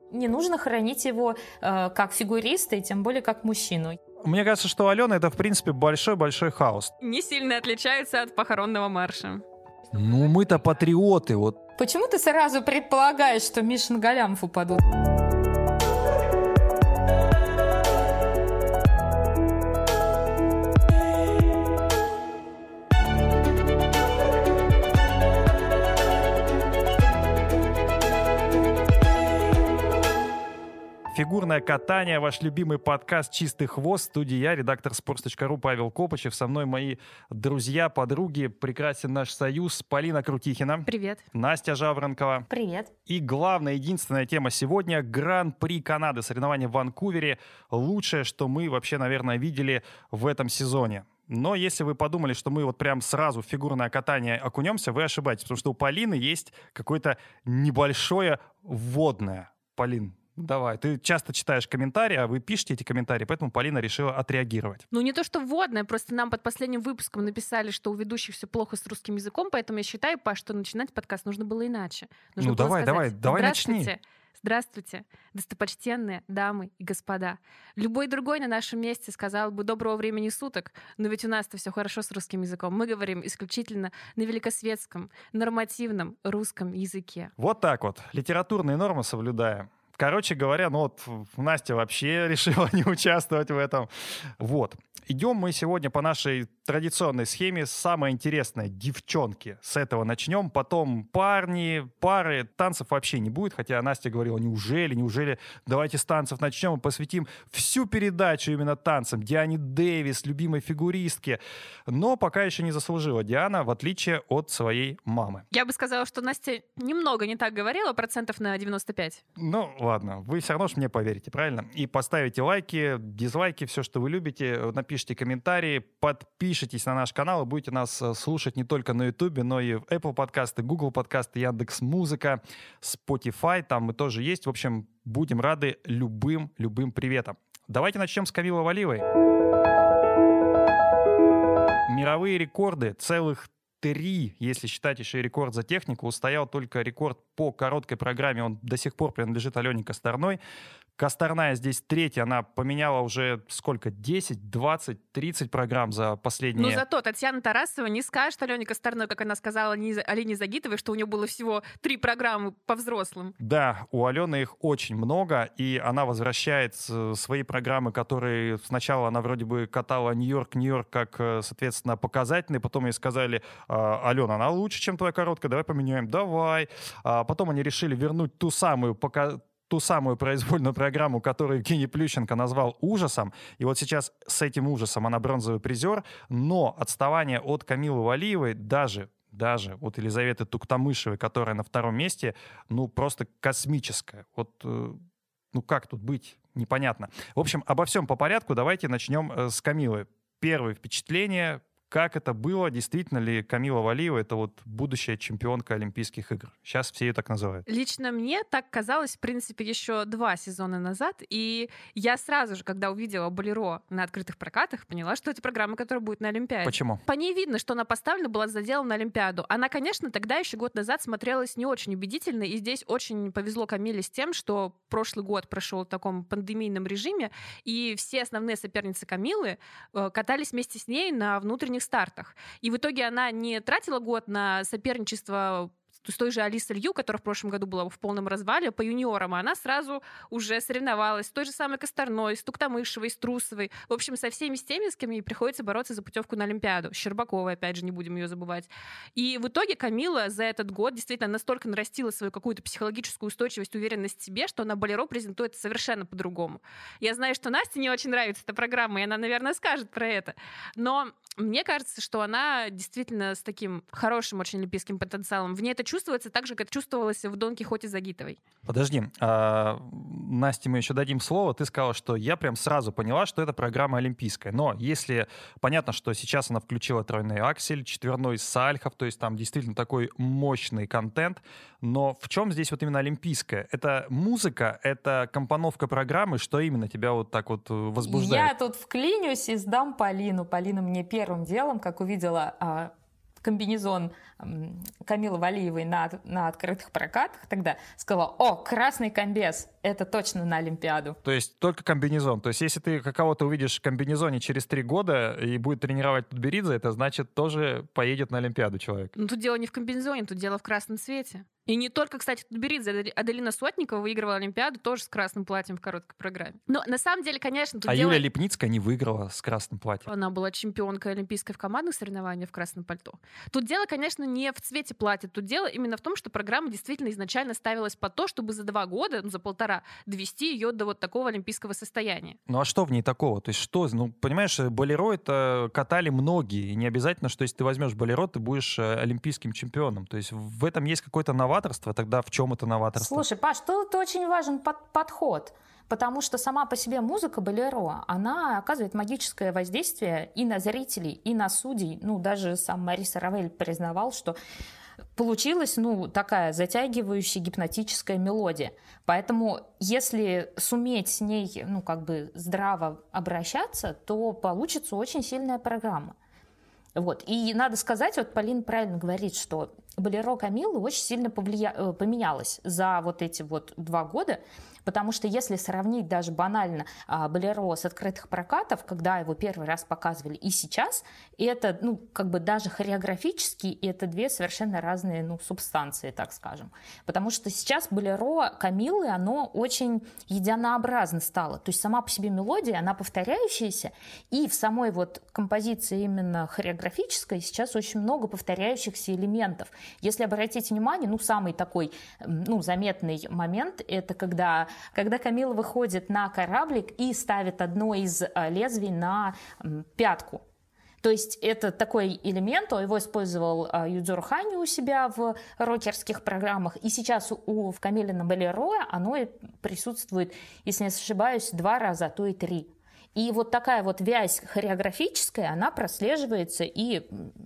Не нужно хоронить его как фигуриста и тем более как мужчину. Мне кажется, что Алена — это, в принципе, большой-большой хаос. Не сильно отличаются от похоронного марша. Ну, мы-то патриоты, вот. Почему ты сразу предполагаешь, что Мишин Галямов упадут? Фигурное катание, ваш любимый подкаст «Чистый хвост». В студии я, редактор sports.ru Павел Копычев. Со мной мои друзья, подруги. Прекрасен наш союз. Полина Крутихина. Привет. Настя Жаворонкова. Привет. И главная, единственная тема сегодня — Гран-при Канады. Соревнования в Ванкувере. Лучшее, что мы вообще, наверное, видели в этом сезоне. Но если вы подумали, что мы вот прям сразу в фигурное катание окунемся, вы ошибаетесь, потому что у Полины есть какое-то небольшое вводное. Полин, давай, ты часто читаешь комментарии, а вы пишете эти комментарии, поэтому Полина решила отреагировать. Ну, не то что вводное, просто нам под последним выпуском написали, что у ведущих все плохо с русским языком, поэтому я считаю, Паш, что начинать подкаст нужно было иначе. Нужно было давай «Здравствуйте, начни. Здравствуйте, достопочтенные дамы и господа. Любой другой на нашем месте сказал бы «доброго времени суток», но ведь у нас-то все хорошо с русским языком. Мы говорим исключительно на великосветском, нормативном русском языке. Вот так вот, литературные нормы соблюдаем. Короче говоря, Настя вообще решила не участвовать в этом. Вот. Идем мы сегодня по нашей традиционной схеме. Самое интересное — девчонки. С этого начнем. Потом парни, пары. Танцев вообще не будет. Хотя Настя говорила, неужели? Давайте с танцев начнем и посвятим всю передачу именно танцам. Диане Дэвис, любимой фигуристке. Но пока еще не заслужила Диана, в отличие от своей мамы. Я бы сказала, что Настя немного не так говорила, процентов на 95. Ну, ладно, вы все равно же мне поверите, правильно? И поставите лайки, дизлайки, все, что вы любите, напишите комментарии, подпишитесь на наш канал и будете нас слушать не только на YouTube, но и в Apple подкасты, Google подкасты, Яндекс.Музыка, Spotify, там мы тоже есть. В общем, будем рады любым приветам. Давайте начнем с Камилы Валиевой. Мировые рекорды, целых 3, если считать еще и рекорд за технику. Устоял только рекорд по короткой программе. Он до сих пор принадлежит Алене Косторной. Косторная здесь третья. Она поменяла уже сколько? 10, 20, 30 программ за последние... Ну зато Татьяна Тарасова не скажет Алене Косторной, как она сказала Алине Загитовой, что у нее было всего 3 программы по взрослым. Да, у Алены их очень много, и она возвращает свои программы, которые сначала она вроде бы катала Нью-Йорк, как, соответственно, показательные. Потом ей сказали: Алена, она лучше, чем твоя короткая, давай поменяем. Давай. Потом они решили вернуть ту самую произвольную программу, которую Евгений Плющенко назвал ужасом. И вот сейчас с этим ужасом она бронзовый призер. Но отставание от Камилы Валиевой, даже от Елизаветы Туктамышевой, которая на 2-м месте, просто космическое. Вот, как тут быть? Непонятно. В общем, обо всем по порядку. Давайте начнем с Камилы. Первое впечатление. Как это было? Действительно ли Камила Валиева — это вот будущая чемпионка Олимпийских игр? Сейчас все ее так называют. Лично мне так казалось, в принципе, еще 2 сезона назад. И я сразу же, когда увидела «Болеро» на открытых прокатах, поняла, что это программа, которая будет на Олимпиаде. Почему? По ней видно, что она поставлена была заделана на Олимпиаду. Она, конечно, тогда еще год назад смотрелась не очень убедительно. И здесь очень повезло Камиле с тем, что прошлый год прошел в таком пандемийном режиме, и все основные соперницы Камилы катались вместе с ней на внутренних стартах. И в итоге она не тратила год на соперничество с той же Алисой Лью, которая в прошлом году была в полном развале, по юниорам, а она сразу уже соревновалась с той же самой Косторной, с Туктамышевой, с Трусовой. В общем, со всеми с теми, с кем ей приходится бороться за путевку на Олимпиаду. С Щербаковой, опять же, не будем ее забывать. И в итоге Камила за этот год действительно настолько нарастила свою какую-то психологическую устойчивость, уверенность в себе, что на «Болеро» презентует совершенно по-другому. Я знаю, что Насте не очень нравится эта программа, и она, наверное, скажет про это. Но мне кажется, что она действительно с таким хорошим очень олимпийским потенциалом. В ней это чувствуется так же, как чувствовалось в Дон Кихоте Загитовой. Подожди, Насте мы еще дадим слово. Ты сказала, что я прям сразу поняла, что это программа олимпийская. Но если понятно, что сейчас она включила тройной аксель, 4-й сальхов, то есть там действительно такой мощный контент. Но в чем здесь вот именно олимпийская? Это музыка, это компоновка программы, что именно тебя вот так вот возбуждает? Я тут вклинюсь и сдам Полину. Полина мне первым делом, как увидела комбинезон Камилы Валиевой на открытых прокатах, тогда сказала: о, красный комбез, это точно на Олимпиаду. То есть только комбинезон. То есть если ты кого-то увидишь в комбинезоне через 3 года и будет тренировать Тутберидзе, это значит тоже поедет на Олимпиаду человек. Ну, тут дело не в комбинезоне, тут дело в красном цвете. И не только, кстати, Тутберидзе, Аделина Сотникова выигрывала Олимпиаду тоже с красным платьем в короткой программе. Но на самом деле, конечно, тут Юлия Липницкая не выиграла с красным платьем. Она была чемпионкой олимпийской в командных соревнованиях в красном пальто. Тут дело, конечно, не в цвете платья. Тут дело именно в том, что программа действительно изначально ставилась под то, чтобы за 2 года, за 1,5, довести ее до вот такого олимпийского состояния. Ну а что в ней такого? То есть что? Ну, понимаешь, болеро это катали многие. И не обязательно, что если ты возьмешь болеро, ты будешь олимпийским чемпионом. То есть в этом есть какое-то новаторство. Тогда в чем это новаторство? Слушай, Паш, тут очень важен подход. Потому что сама по себе музыка болеро, она оказывает магическое воздействие и на зрителей, и на судей. Ну, даже сам Марис Равель признавал, что получилась, такая затягивающая гипнотическая мелодия. Поэтому, если суметь с ней, здраво обращаться, то получится очень сильная программа. Вот. И надо сказать, вот Полина правильно говорит, что болеро Камиллы очень сильно поменялось за вот эти 2 года, потому что если сравнить даже банально болеро с открытых прокатов, когда его первый раз показывали, и сейчас, это, даже хореографически, это 2 совершенно разные, субстанции, так скажем. Потому что сейчас болеро Камиллы, оно очень единообразно стало. То есть сама по себе мелодия, она повторяющаяся, и в самой композиции именно хореографической сейчас очень много повторяющихся элементов. Если обратить внимание, самый такой, заметный момент, это когда Камилла выходит на кораблик и ставит одно из лезвий на пятку. То есть это такой элемент, его использовал Юдзуру Хани у себя в рокерских программах, и сейчас в Камиллином болеро оно присутствует, если не ошибаюсь, 2 раза, а то и 3. И вот такая вязь хореографическая, она прослеживается и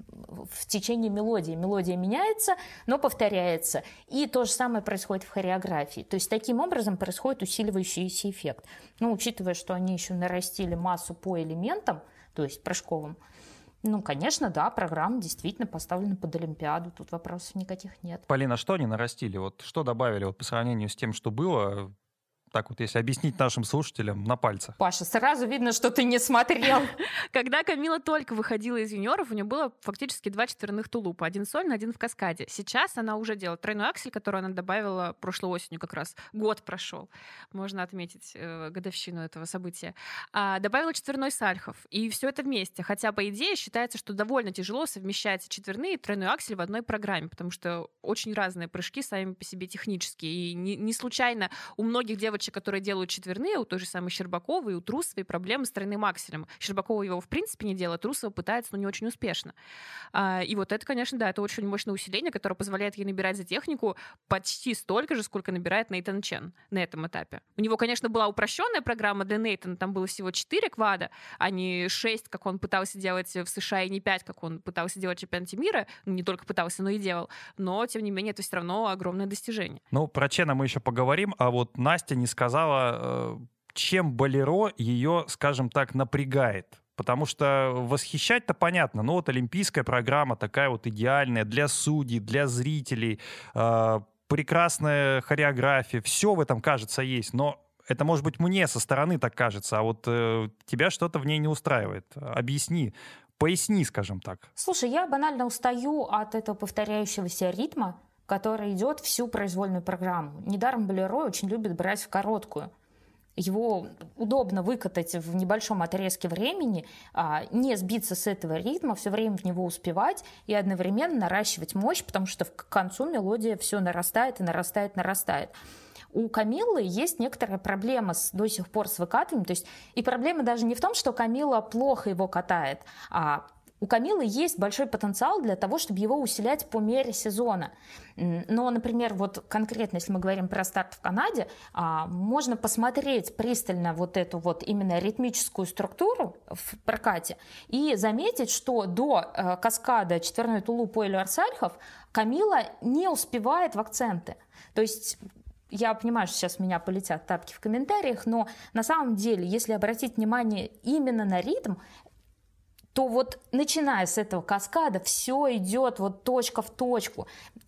в течение мелодии. Мелодия меняется, но повторяется. И то же самое происходит в хореографии. То есть таким образом происходит усиливающийся эффект. Учитывая, что они еще нарастили массу по элементам, то есть прыжковым, конечно, да, программа действительно поставлена под Олимпиаду, тут вопросов никаких нет. Полина, что они нарастили? Что добавили по сравнению с тем, что было? Так если объяснить нашим слушателям на пальцах. Паша, сразу видно, что ты не смотрел. Когда Камила только выходила из юниоров, у нее было фактически 2 четверных тулупа. 1 сольный, 1 в каскаде. Сейчас она уже делает тройной аксель, который она добавила прошлой осенью как раз. Год прошел. Можно отметить годовщину этого события. Добавила четверной сальхов. И все это вместе. Хотя, по идее, считается, что довольно тяжело совмещать четверные и тройной аксель в одной программе, потому что очень разные прыжки сами по себе технические. И не случайно у многих девочек, которые делают четверные, у той же самой Щербаковой и у Трусовой проблемы с тройным акселем. Щербакова его в принципе не делает, Трусова пытается, но не очень успешно. И это, конечно, да, это очень мощное усиление, которое позволяет ей набирать за технику почти столько же, сколько набирает Нейтан Чен на этом этапе. У него, конечно, была упрощенная программа для Нейтана, там было всего 4 квада, а не 6, как он пытался делать в США, и не 5, как он пытался делать в чемпионате мира. Не только пытался, но и делал. Но, тем не менее, это все равно огромное достижение. Про Чена мы еще поговорим, а Настя не сказала, чем болеро ее, скажем так, напрягает. Потому что восхищать-то понятно. Олимпийская программа такая идеальная для судей, для зрителей, прекрасная хореография, все в этом, кажется, есть. Но это, может быть, мне со стороны так кажется, а тебя что-то в ней не устраивает. Объясни, поясни, скажем так. Слушай, я банально устаю от этого повторяющегося ритма, который идет всю произвольную программу. Недаром болеро очень любит брать в короткую. Его удобно выкатать в небольшом отрезке времени, не сбиться с этого ритма, все время в него успевать и одновременно наращивать мощь, потому что к концу мелодия все нарастает и нарастает, нарастает. У Камиллы есть некоторая проблема до сих пор с выкатыванием. То есть, и проблема даже не в том, что Камилла плохо его катает, а у Камиллы есть большой потенциал для того, чтобы его усилять по мере сезона. Но, например, конкретно, если мы говорим про старт в Канаде, можно посмотреть пристально эту именно ритмическую структуру в прокате и заметить, что до каскада четверной тулуп Ойлер Сальхов Камилла не успевает в акценты. То есть я понимаю, что сейчас меня полетят тапки в комментариях, но на самом деле, если обратить внимание именно на ритм, то вот начиная с этого каскада все идет вот точка в точку.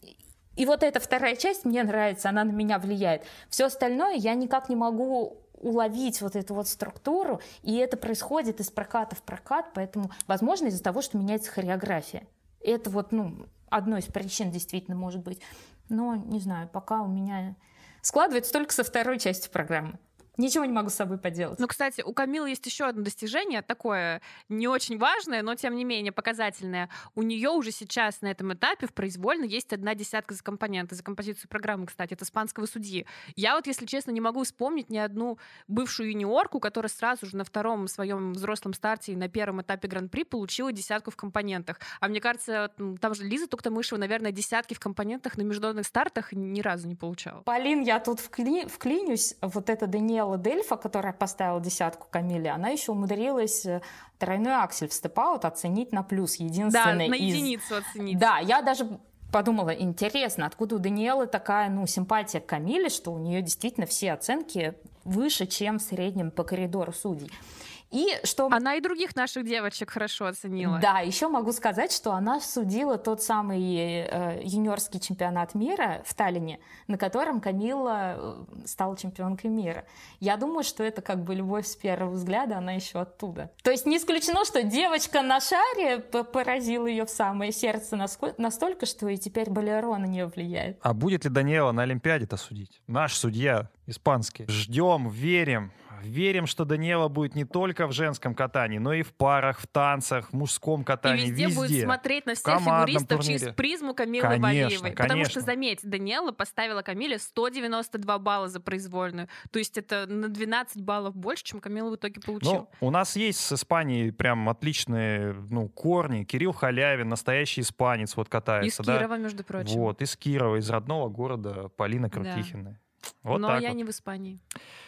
И вот эта вторая часть мне нравится, она на меня влияет. Все остальное я никак не могу уловить вот эту вот структуру, и это происходит из проката в прокат, поэтому, возможно, из-за того, что меняется хореография. Это вот, одной из причин действительно может быть. Но, не знаю, пока у меня складывается только со второй части программы. Ничего не могу с собой поделать. Ну, кстати, у Камилы есть еще одно достижение, такое не очень важное, но тем не менее показательное. У нее уже сейчас на этом этапе в произвольной есть 1/10 за компоненты, за композицию программы, кстати, от испанского судьи. Я вот, если честно, не могу вспомнить ни одну бывшую юниорку, которая сразу же на втором своем взрослом старте и на первом этапе Гран-при получила 10 в компонентах. А мне кажется, там же Лиза Туктамышева, наверное, 10 в компонентах на международных стартах ни разу не получала. Полин, я тут вклинюсь. Вот эта Даниэла Дельфа, которая поставила 10 Камиле, она еще умудрилась тройной аксель в степ-аут оценить на плюс. Единственный на единицу оценить. Да, я даже подумала, интересно, откуда у Даниэлы такая, симпатия к Камиле, что у нее действительно все оценки выше, чем в среднем по коридору судей. И что... Она и других наших девочек хорошо оценила. Да, еще могу сказать, что она судила тот самый юниорский чемпионат мира в Таллине, на котором Камила стала чемпионкой мира. Я думаю, что это как бы любовь с первого взгляда, она еще оттуда. То есть не исключено, что девочка на шаре поразила ее в самое сердце настолько, что и теперь Болеро на нее влияет. А будет ли Даниэла на Олимпиаде-то судить? Наш судья испанский. Ждем, верим. Верим, что Даниэла будет не только в женском катании, но и в парах, в танцах, в мужском катании, и везде. Будет смотреть на всех фигуристов через призму Камилы Валиевой. Потому что, заметь, Даниэла поставила Камиле 192 балла за произвольную. То есть это на 12 баллов больше, чем Камила в итоге получила. У нас есть с Испанией прям отличные корни. Кирилл Халявин, настоящий испанец, вот катается. Из Кирова, между прочим. Вот, из Кирова, из родного города Полины Крутихиной. Да. Вот но так я вот. не в Испании.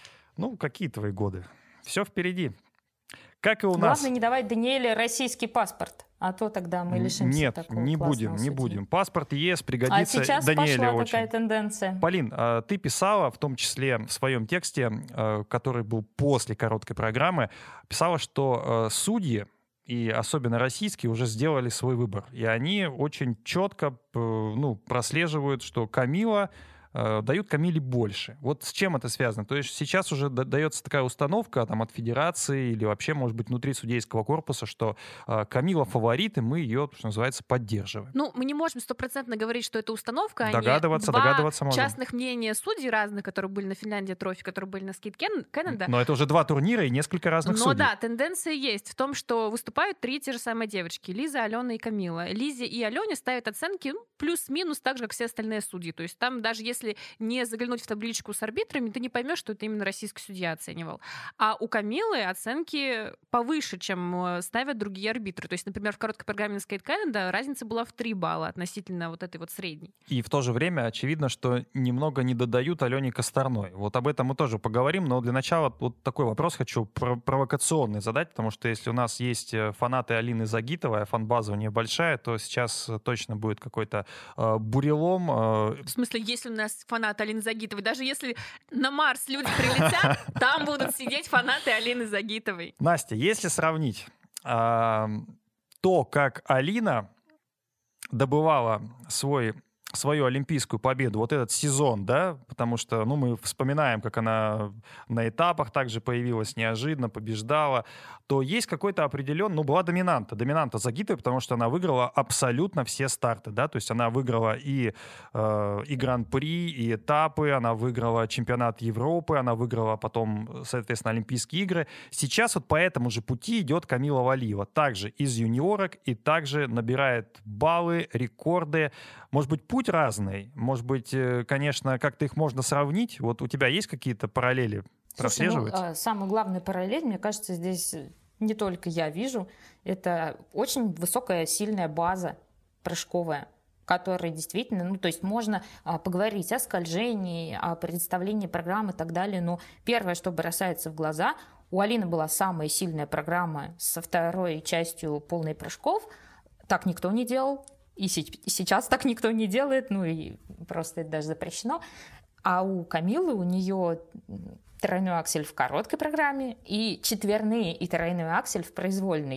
Какие твои годы? Все впереди. Как и у нас. Главное не давать Даниэле российский паспорт, а то тогда мы лишимся такого классного судьи. Не будем. Паспорт ЕС пригодится Даниэле очень. А сейчас пошла такая тенденция. Полин, ты писала, в том числе в своем тексте, который был после короткой программы, писала, что судьи, и особенно российские, уже сделали свой выбор. И они очень четко прослеживают, что Камила дают Камиле больше. Вот с чем это связано? То есть сейчас уже дается такая установка от федерации или вообще, может быть, внутри судейского корпуса, что Камила фаворит, и мы ее, что называется, поддерживаем. Мы не можем стопроцентно говорить, что это установка. Догадываться можем. Частных мнения судей разных, которые были на Финляндия Трофи, которые были на Скейт Кэннеда. Но это уже 2 турнира и несколько разных судей. Но да, тенденция есть в том, что выступают 3 те же самые девочки. Лиза, Алена и Камила. Лизе и Алене ставят оценки плюс-минус так же, как все остальные судьи. То есть там даже если не заглянуть в табличку с арбитрами, ты не поймешь, что это именно российский судья оценивал. А у Камилы оценки повыше, чем ставят другие арбитры. То есть, например, в короткой программе на Skate Canada разница была в 3 балла относительно вот этой вот средней. И в то же время очевидно, что немного не додают Алене Косторной. Вот об этом мы тоже поговорим, но для начала вот такой вопрос хочу провокационный задать, потому что если у нас есть фанаты Алины Загитовой, а фан-база у нее большая, то сейчас точно будет какой-то бурелом. В смысле, если у нас фанаты Алины Загитовой, даже если на Марс люди прилетят, там будут сидеть фанаты Алины Загитовой. Настя, если сравнить то, как Алина добывала свою олимпийскую победу, вот этот сезон, да, потому что, мы вспоминаем, как она на этапах также появилась неожиданно, побеждала, то есть какой-то определенный, была доминанта Загитовой, потому что она выиграла абсолютно все старты, да, то есть она выиграла и Гран-при, и этапы, она выиграла чемпионат Европы, она выиграла потом, соответственно, Олимпийские игры. Сейчас вот по этому же пути идет Камила Валиева, также из юниорок, и также набирает баллы, рекорды. Может быть, путь разный, может быть, конечно, как-то их можно сравнить. Вот у тебя есть какие-то параллели? Прослеживается? Самая главная параллель, мне кажется, здесь не только я вижу, это очень высокая, сильная база прыжковая, которая действительно, то есть можно поговорить о скольжении, о представлении программы и так далее, но первое, что бросается в глаза, у Алины была самая сильная программа со второй частью полной прыжков, так никто не делал, и сейчас так никто не делает, и просто это даже запрещено. А у Камилы, у нее тройной аксель в короткой программе и четверные и тройной аксель в произвольной.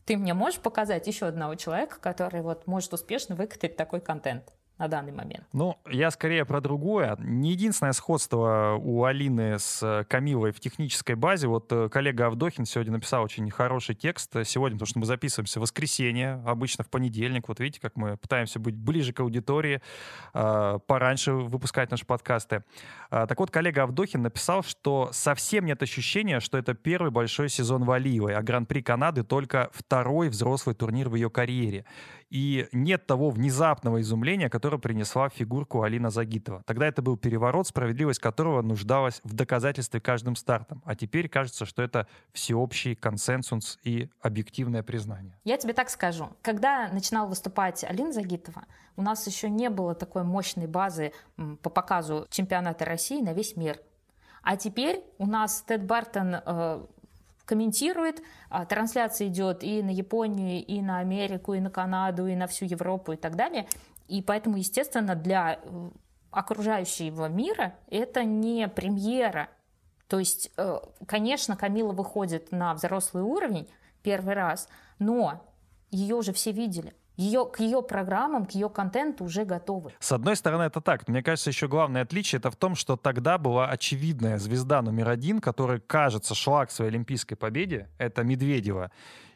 Ты мне можешь показать еще одного человека, который вот может успешно выкатать такой контент на данный момент? Ну, я скорее про другое. Не единственное сходство у Алины с Камилой в технической базе. Вот коллега Авдохин сегодня написал очень хороший текст. Сегодня, потому что мы записываемся в воскресенье, обычно в понедельник. Вот видите, как мы пытаемся быть ближе к аудитории, пораньше выпускать наши подкасты. Так вот, коллега Авдохин написал, что совсем нет ощущения, что это первый большой сезон Валиевой, а Гран-при Канады только второй взрослый турнир в ее карьере. И нет того внезапного изумления, которое принесла фигурку Алина Загитова. Тогда это был переворот, справедливость которого нуждалась в доказательстве каждым стартом. А теперь кажется, что это всеобщий консенсус и объективное признание. Я тебе так скажу. Когда начинала выступать Алина Загитова, у нас еще не было такой мощной базы по показу чемпионата России на весь мир. А теперь у нас Тед Бартон комментирует, трансляция идет и на Японию, и на Америку, и на Канаду, и на всю Европу и так далее. И поэтому, естественно, для окружающего мира это не премьера. То есть, конечно, Камила выходит на взрослый уровень первый раз, но ее уже все видели. К ее программам, к ее контенту уже готовы. С одной стороны, это так. Мне кажется, еще главное отличие это в том, что тогда была очевидная звезда номер один, которая, кажется, шла к своей олимпийской победе. Это Медведева.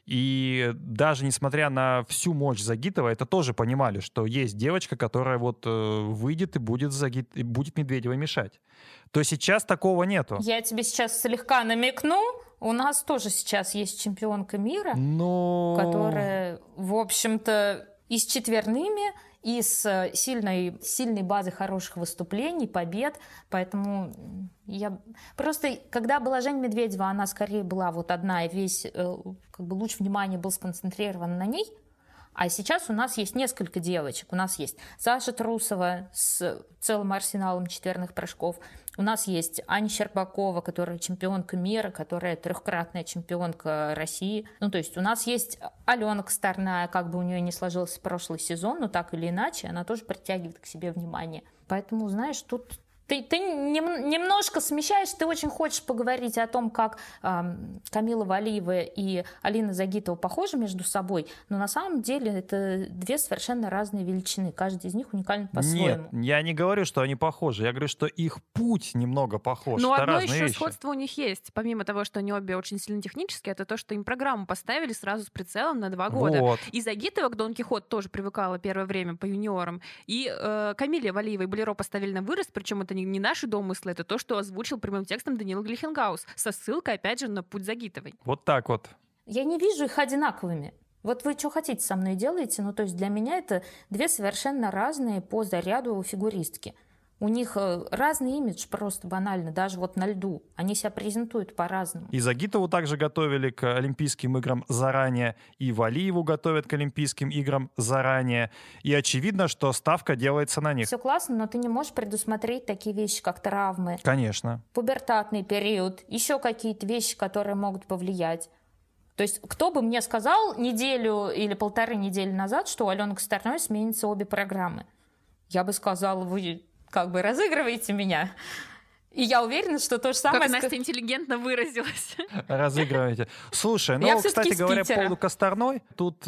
И даже несмотря на всю мощь Загитова, это тоже понимали, что есть девочка, которая вот выйдет и будет Медведевой мешать. То сейчас такого нету. Я тебе сейчас слегка намекну. У нас тоже сейчас есть чемпионка мира, которая, в общем-то, и с четверными, и с сильной базой хороших выступлений, побед. Поэтому я просто, когда была Женя Медведева, она скорее была вот одна, и весь луч внимания был сконцентрирован на ней. А сейчас у нас есть несколько девочек. У нас есть Саша Трусова с целым арсеналом четверных прыжков. У нас есть Аня Щербакова, которая чемпионка мира, которая трехкратная чемпионка России. Ну, то есть у нас есть Алена Косторная, как бы у нее не сложился прошлый сезон, но так или иначе она тоже притягивает к себе внимание. Поэтому, знаешь, тут ты немножко смещаешь, ты очень хочешь поговорить о том, как Камила Валиева и Алина Загитова похожи между собой, но на самом деле это две совершенно разные величины. Каждый из них уникален по-своему. Нет, я не говорю, что они похожи. Я говорю, что их путь немного похож. Но это одно разные еще вещи. сходство у них есть. Помимо того, что они обе очень сильно технические, это то, что им программу поставили сразу с прицелом на 2 года. Вот. И Загитова к Дон Кихот тоже привыкала первое время по юниорам. И Камиле Валиевой Болеро поставили на вырост, причем это не наши домыслы, это то, что озвучил прямым текстом Даниил Глихенгаус, со ссылкой, опять же, на путь Загитовой. Вот так вот. Я не вижу их одинаковыми. Вот вы что хотите со мной делаете? Ну, то есть для меня это две совершенно разные по заряду фигуристки. У них разный имидж просто банально, даже вот на льду. Они себя презентуют по-разному. И Загитову также готовили к Олимпийским играм заранее, и Валиеву готовят к Олимпийским играм заранее. И очевидно, что ставка делается на них. Все классно, но ты не можешь предусмотреть такие вещи, как травмы, Конечно. пубертатный период, еще какие-то вещи, которые могут повлиять. То есть кто бы мне сказал неделю или 1,5 недели назад, что у Алены Косторной сменятся обе программы? Я бы сказала, вы как бы разыгрываете меня. И я уверена, что то же самое... Как Настя интеллигентно выразилась. Разыгрываете. Слушай, Я ну, кстати говоря, по Питера. поводу Косторной, тут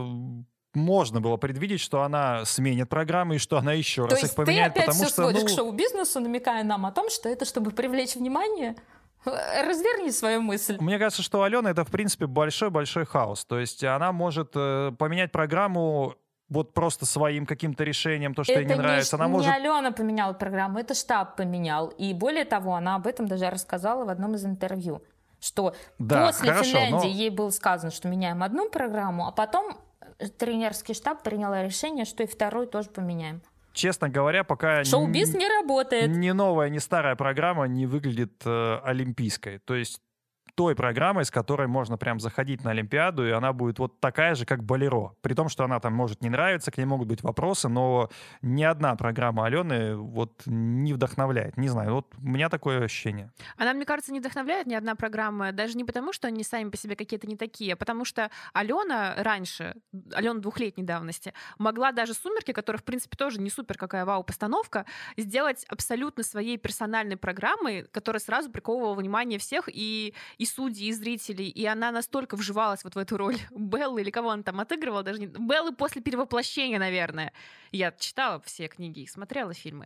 можно было предвидеть, что она сменит программы и что она еще То раз есть их поменяет, ты опять потому все что... сводишь к шоу-бизнесу, намекая нам о том, что это чтобы привлечь внимание? Разверни свою мысль. Мне кажется, что у Алены это, в принципе, большой-большой хаос. То есть она может поменять программу вот просто своим каким-то решением, то, что ей не нравится. Она может... не Алена поменяла программу, это штаб поменял. И более того, она об этом даже рассказала в одном из интервью, что Да, после хорошо, Финляндии но... ей было сказано, что меняем одну программу, а потом тренерский штаб принял решение, что и вторую тоже поменяем. Честно говоря, пока Шоу-биз не работает. ни новая, ни старая программа не выглядит олимпийской. То есть той программой, с которой можно прям заходить на Олимпиаду, и она будет вот такая же, как Болеро. При том, что она там может не нравиться, к ней могут быть вопросы, но ни одна программа Алены вот не вдохновляет. Не знаю, вот у меня такое ощущение. Она, мне кажется, не вдохновляет ни одна программа, даже не потому, что они сами по себе какие-то не такие, а потому что Алена раньше, Алена 2-летней давности, могла даже «Сумерки», которые, в принципе, тоже не супер какая вау-постановка, сделать абсолютно своей персональной программой, которая сразу приковывала внимание всех и и судей, и зрителей, и она настолько вживалась вот в эту роль Беллы, или кого она там отыгрывала, даже не... Беллы после перевоплощения, наверное. Я читала все книги и смотрела фильмы.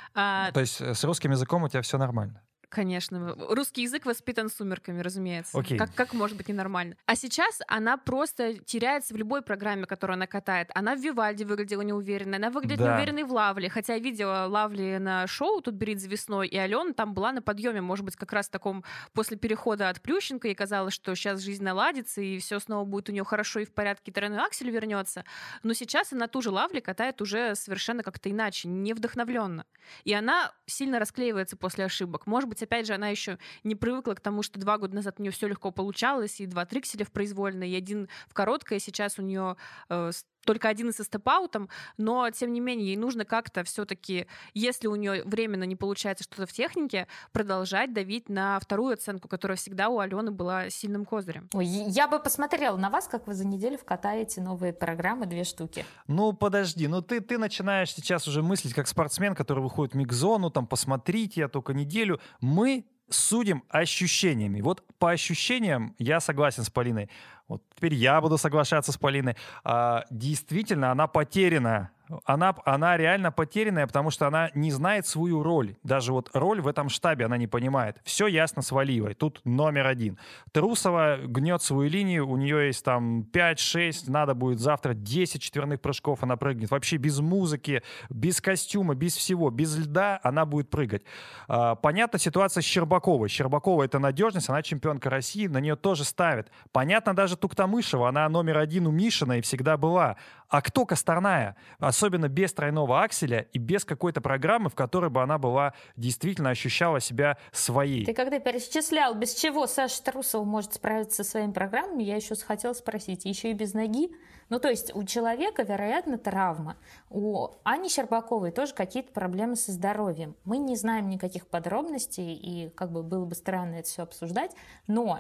То есть с русским языком у тебя все нормально? Конечно. Русский язык воспитан сумерками, разумеется. Окей. Как может быть ненормально? А сейчас она просто теряется в любой программе, которую она катает. Она в «Вивальди» выглядела неуверенной, она выглядит неуверенной в «Лавле». Хотя я видела Лавли на шоу «Тут Беридзе весной», и Алена там была на подъеме. Может быть, как раз в таком после перехода от Плющенко, ей казалось, что сейчас жизнь наладится, и все снова будет у нее хорошо и в порядке, и тройной аксель вернется. Но сейчас она ту же Лавли катает уже совершенно как-то иначе, не вдохновленно. И она сильно расклеивается после ошибок. Может быть, опять же, она еще не привыкла к тому, что 2 года назад у нее все легко получалось, и 2 трикселя в произвольной, и 1 в короткой, сейчас у нее только 1 со степ-аутом, но, тем не менее, ей нужно как-то все-таки, если у нее временно не получается что-то в технике, продолжать давить на вторую оценку, которая всегда у Алены была сильным козырем. Ой, я бы посмотрела на вас, как вы за неделю вкатаете новые программы, 2 штуки. Ну, подожди, ты начинаешь сейчас уже мыслить как спортсмен, который выходит в микс-зону, там, посмотрите, я только неделю. Мы судим ощущениями. Вот по ощущениям я согласен с Полиной. Вот теперь я буду соглашаться с Полиной. Действительно, она потеряна. Она реально потерянная, потому что она не знает свою роль. Даже вот роль в этом штабе она не понимает. Все ясно с Валиевой. Тут номер 1. Трусова гнет свою линию. У нее есть там 5-6. Надо будет завтра 10 четверных прыжков она прыгнет. Вообще без музыки, без костюма, без всего. Без льда она будет прыгать. Понятна ситуация с Щербаковой. Щербакова — это надежность. Она чемпионка России. На нее тоже ставят. Понятно даже Туктамышева. Она номер 1 у Мишина и всегда была. А кто Косторная? Особенно без тройного акселя и без какой-то программы, в которой бы она была действительно ощущала себя своей. Ты когда перечислял, без чего Саша Трусова может справиться со своими программами, я еще хотела спросить, еще и без ноги? Ну, то есть у человека, вероятно, травма. У Ани Щербаковой тоже какие-то проблемы со здоровьем. Мы не знаем никаких подробностей, и как бы было бы странно это все обсуждать, но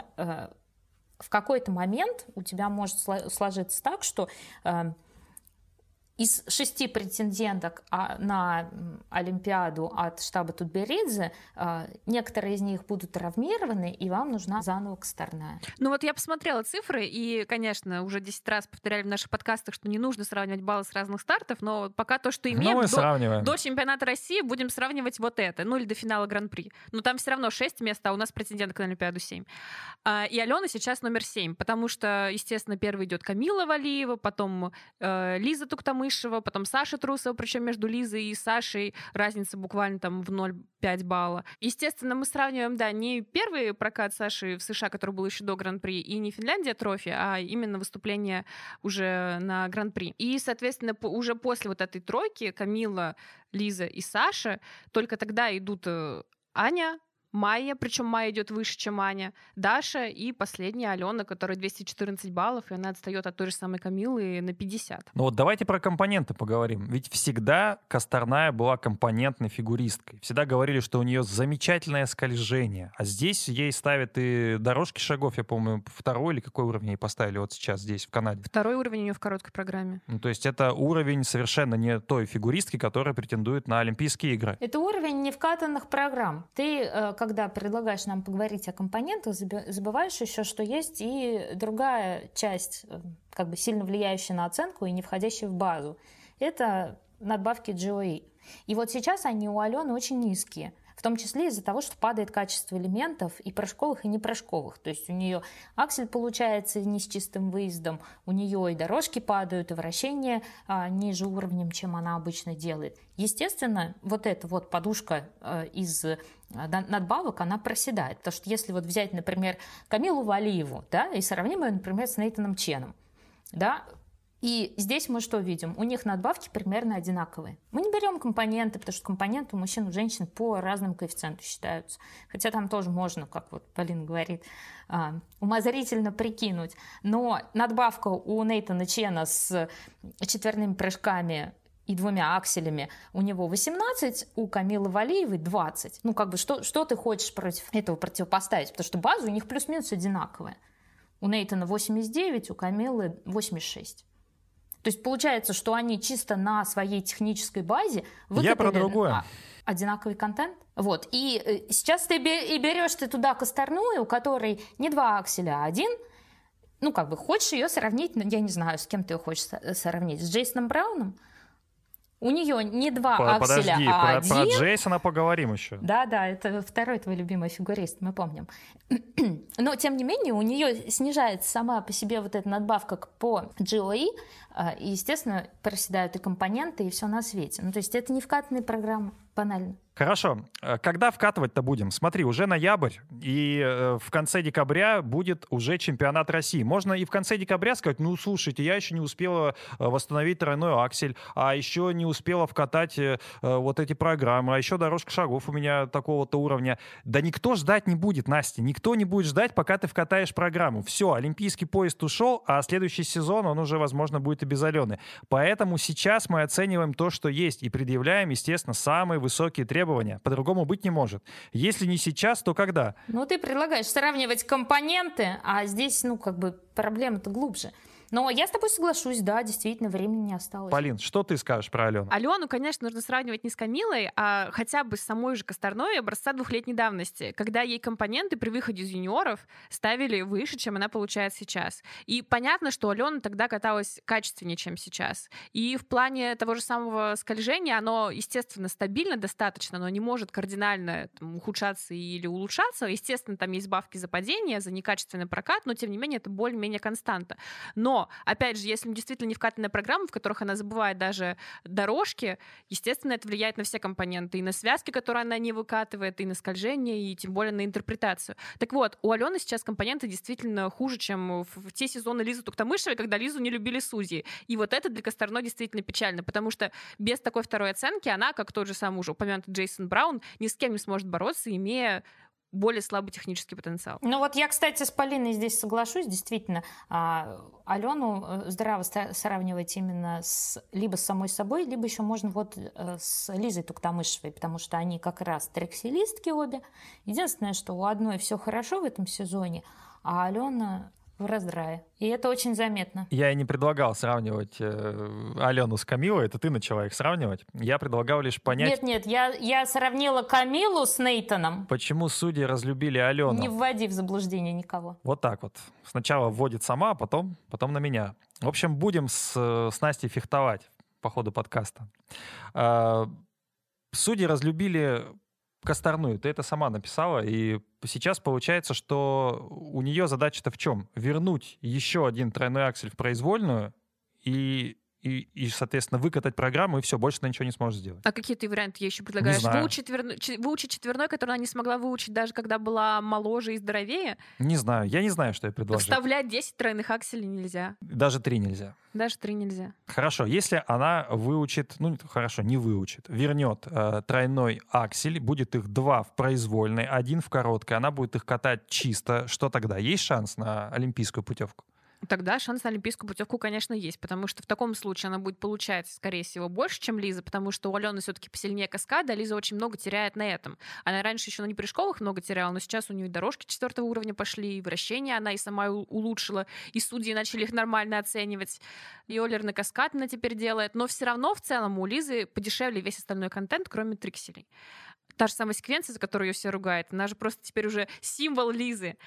в какой-то момент у тебя может сложиться так, что из 6 претенденток на Олимпиаду от штаба Тутберидзе некоторые из них будут травмированы, и вам нужна заново Косторная. Ну вот я посмотрела цифры, и, конечно, уже 10 раз повторяли в наших подкастах, что не нужно сравнивать баллы с разных стартов, но пока то, что имеем, до чемпионата России будем сравнивать вот это, ну или до финала Гран-при. Но там все равно 6 мест, а у нас претенденток на Олимпиаду 7. И Алена сейчас номер 7, потому что, естественно, первой идет Камила Валиева, потом Лиза Туктамышева, потом Саша Трусова, причем между Лизой и Сашей разница буквально там в 0,5 балла. Естественно, мы сравниваем, да, не первый прокат Саши в США, который был еще до Гран-при, и не Финляндия трофи, а именно выступление уже на Гран-при. И, соответственно, уже после вот этой тройки Камила, Лиза и Саша, только тогда идут Аня, Майя, причем Майя идет выше, чем Аня, Даша и последняя Алена, которая 214 баллов, и она отстает от той же самой Камилы на 50. Ну вот давайте про компоненты поговорим. Ведь всегда Косторная была компонентной фигуристкой. Всегда говорили, что у нее замечательное скольжение. А здесь ей ставят и дорожки шагов, я помню, 2-й или какой уровень ей поставили вот сейчас здесь, в Канаде? 2-й уровень у нее в короткой программе. Ну, то есть это уровень совершенно не той фигуристки, которая претендует на Олимпийские игры. Это уровень невкатанных программ. Ты, когда предлагаешь нам поговорить о компонентах, забываешь еще, что есть и другая часть, как бы сильно влияющая на оценку и не входящая в базу. Это надбавки GOE. И вот сейчас они у Алены очень низкие. В том числе из-за того, что падает качество элементов и прыжковых, и непрыжковых. То есть у нее аксель получается не с чистым выездом, у нее и дорожки падают, и вращение ниже уровнем, чем она обычно делает. Естественно, вот эта вот подушка из надбавок, она проседает. Потому что если вот взять, например, Камилу Валиеву, да, и сравним ее, например, с Нейтаном Ченом, да, и здесь мы что видим? У них надбавки примерно одинаковые. Мы не берем компоненты, потому что компоненты у мужчин и у женщин по разному коэффициенту считаются. Хотя там тоже можно, как вот Полина говорит, умозрительно прикинуть. Но надбавка у Нейтана Чена с четверными прыжками и 2 акселями у него 18, у Камилы Валиевой 20. Ну, как бы, что ты хочешь против этого противопоставить? Потому что база у них плюс-минус одинаковая. У Нейтана 89, у Камилы 86. То есть получается, что они чисто на своей технической базе Я про другое. Одинаковый контент. Вот. И сейчас ты берешь туда Косторную, у которой не 2 акселя, а 1. Ну, как бы, хочешь ее сравнить, я не знаю, с кем ты ее хочешь сравнить, с Джейсоном Брауном? У нее не 2 акселя, подожди, а про 1. Джейсона поговорим еще. Да, это второй твой любимый фигурист, мы помним. Но, тем не менее, у нее снижается сама по себе вот эта надбавка по GOE, и, естественно, проседают и компоненты, и все на свете. Ну, то есть это не вкатанная программа, банально. Хорошо. Когда вкатывать-то будем? Смотри, уже ноябрь, и в конце декабря будет уже чемпионат России. Можно и в конце декабря сказать, ну, слушайте, я еще не успела восстановить тройной аксель, а еще не успела вкатать вот эти программы, а еще дорожка шагов у меня такого-то уровня. Да никто ждать не будет, Настя. Никто не будет ждать, пока ты вкатаешь программу. Все, олимпийский поезд ушел, а следующий сезон, он уже, возможно, будет и без Алены. Поэтому сейчас мы оцениваем то, что есть, и предъявляем, естественно, самые высокие требования. По-другому быть не может. Если не сейчас, то когда? Ну, ты предлагаешь сравнивать компоненты, а здесь, ну, как бы проблема-то глубже. Но я с тобой соглашусь, да, действительно, времени не осталось. Полин, что ты скажешь про Алену? Алену, конечно, нужно сравнивать не с Камилой, а хотя бы с самой же Косторной образца 2-летней давности, когда ей компоненты при выходе из юниоров ставили выше, чем она получает сейчас. И понятно, что Алена тогда каталась качественнее, чем сейчас. И в плане того же самого скольжения оно, естественно, стабильно достаточно, но не может кардинально ухудшаться или улучшаться. Естественно, там есть сбавки за падение, за некачественный прокат, но, тем не менее, это более-менее константа. Но, опять же, если действительно не вкатанная программа, в которых она забывает даже дорожки, естественно, это влияет на все компоненты. И на связки, которые она не выкатывает, и на скольжение, и тем более на интерпретацию. Так вот, у Алены сейчас компоненты действительно хуже, чем в те сезоны Лизы Туктамышевой, когда Лизу не любили судьи. И вот это для Косторной действительно печально, потому что без такой второй оценки она, как тот же самый уже упомянутый Джейсон Браун, ни с кем не сможет бороться, имея более слабый технический потенциал. Ну вот я, кстати, с Полиной здесь соглашусь, действительно. Алену здраво сравнивать именно либо с самой собой, либо еще можно вот с Лизой Туктамышевой, потому что они как раз трекселистки обе. Единственное, что у одной все хорошо в этом сезоне, а Алена в раздрае. И это очень заметно. Я и не предлагал сравнивать Алену с Камилой, это ты начала их сравнивать. Я предлагал лишь понять... Нет, я сравнила Камилу с Нейтаном. Почему судьи разлюбили Алену? Не вводи в заблуждение никого. Вот так вот. Сначала вводит сама, а потом на меня. В общем, будем с Настей фехтовать по ходу подкаста. Судьи разлюбили Косторную, ты это сама написала, и сейчас получается, что у нее задача-то в чем? Вернуть еще один тройной аксель в произвольную и соответственно, выкатать программу, и все, больше она ничего не сможет сделать. А какие ты варианты ей еще предлагаешь? Выучить четверной, который она не смогла выучить, даже когда была моложе и здоровее? Не знаю, я не знаю, что я предложу. Вставлять 10 тройных акселей нельзя. Даже 3 нельзя. Даже 3 нельзя. Хорошо, если она выучит, не выучит, вернет тройной аксель, будет их 2 в произвольной, 1 в короткой, она будет их катать чисто, что тогда? Есть шанс на олимпийскую путевку? Тогда шанс на олимпийскую путевку, конечно, есть, потому что в таком случае она будет получать, скорее всего, больше, чем Лиза, потому что у Алены все-таки посильнее каскада, а Лиза очень много теряет на этом. Она раньше еще на непрыжковых много теряла, но сейчас у нее и дорожки 4 уровня пошли, и вращения она и сама улучшила, и судьи начали их нормально оценивать, и олерный каскад она теперь делает, но все равно в целом у Лизы подешевле весь остальной контент, кроме трикселей. Та же самая секвенция, за которую ее все ругают, она же просто теперь уже символ Лизы.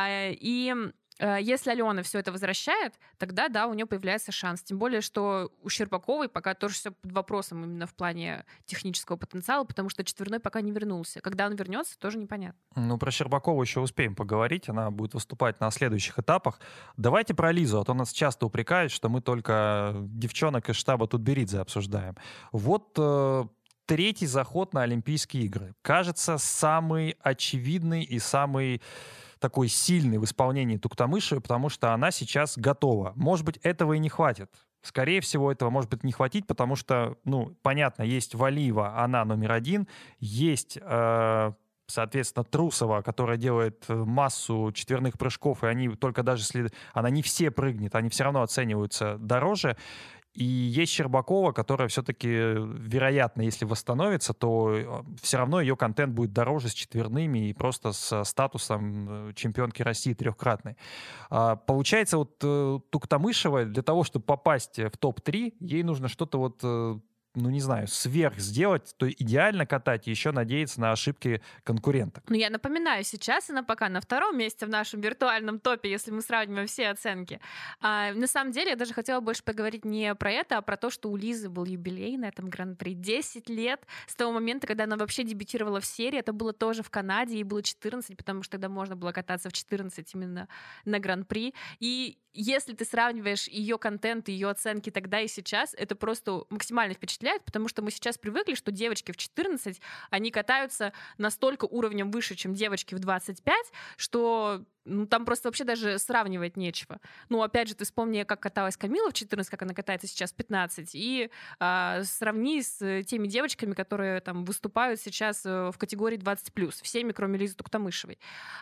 Если Алена все это возвращает, тогда, да, у нее появляется шанс. Тем более, что у Щербаковой пока тоже все под вопросом именно в плане технического потенциала, потому что четверной пока не вернулся. Когда он вернется, тоже непонятно. Ну, про Щербакову еще успеем поговорить. Она будет выступать на следующих этапах. Давайте про Лизу. А то нас часто упрекают, что мы только девчонок из штаба Тутберидзе обсуждаем. Вот... Третий заход на Олимпийские игры. Кажется, самый очевидный и самый такой сильный в исполнении Туктамышевой, потому что она сейчас готова. Может быть, этого и не хватит. Скорее всего, этого может быть не хватить, потому что, понятно, есть Валиева, она номер 1, есть... соответственно, Трусова, которая делает массу четверных прыжков, и они только даже если она не все прыгнет, они все равно оцениваются дороже. И есть Щербакова, которая все-таки, вероятно, если восстановится, то все равно ее контент будет дороже с четверными и просто с статусом чемпионки России 3-кратной. Получается, вот Туктамышева для того, чтобы попасть в топ-3, ей нужно что-то вот... ну, не знаю, сверх сделать, то идеально катать и еще надеяться на ошибки конкурентов. Ну, я напоминаю, сейчас она пока на 2-м месте в нашем виртуальном топе, если мы сравниваем все оценки. На самом деле, я даже хотела больше поговорить не про это, а про то, что у Лизы был юбилей на этом гран-при. 10 лет с того момента, когда она вообще дебютировала в серии. Это было тоже в Канаде, ей было 14, потому что тогда можно было кататься в 14 именно на гран-при. И если ты сравниваешь ее контент и ее оценки тогда и сейчас, это просто максимально впечатляет, потому что мы сейчас привыкли, что девочки в 14, они катаются настолько уровнем выше, чем девочки в 25, что там просто вообще даже сравнивать нечего. Ну, опять же, ты вспомни, как каталась Камила в 14, как она катается сейчас в 15, и сравни с теми девочками, которые там выступают сейчас в категории 20+, всеми, кроме Лизы Туктамышевой.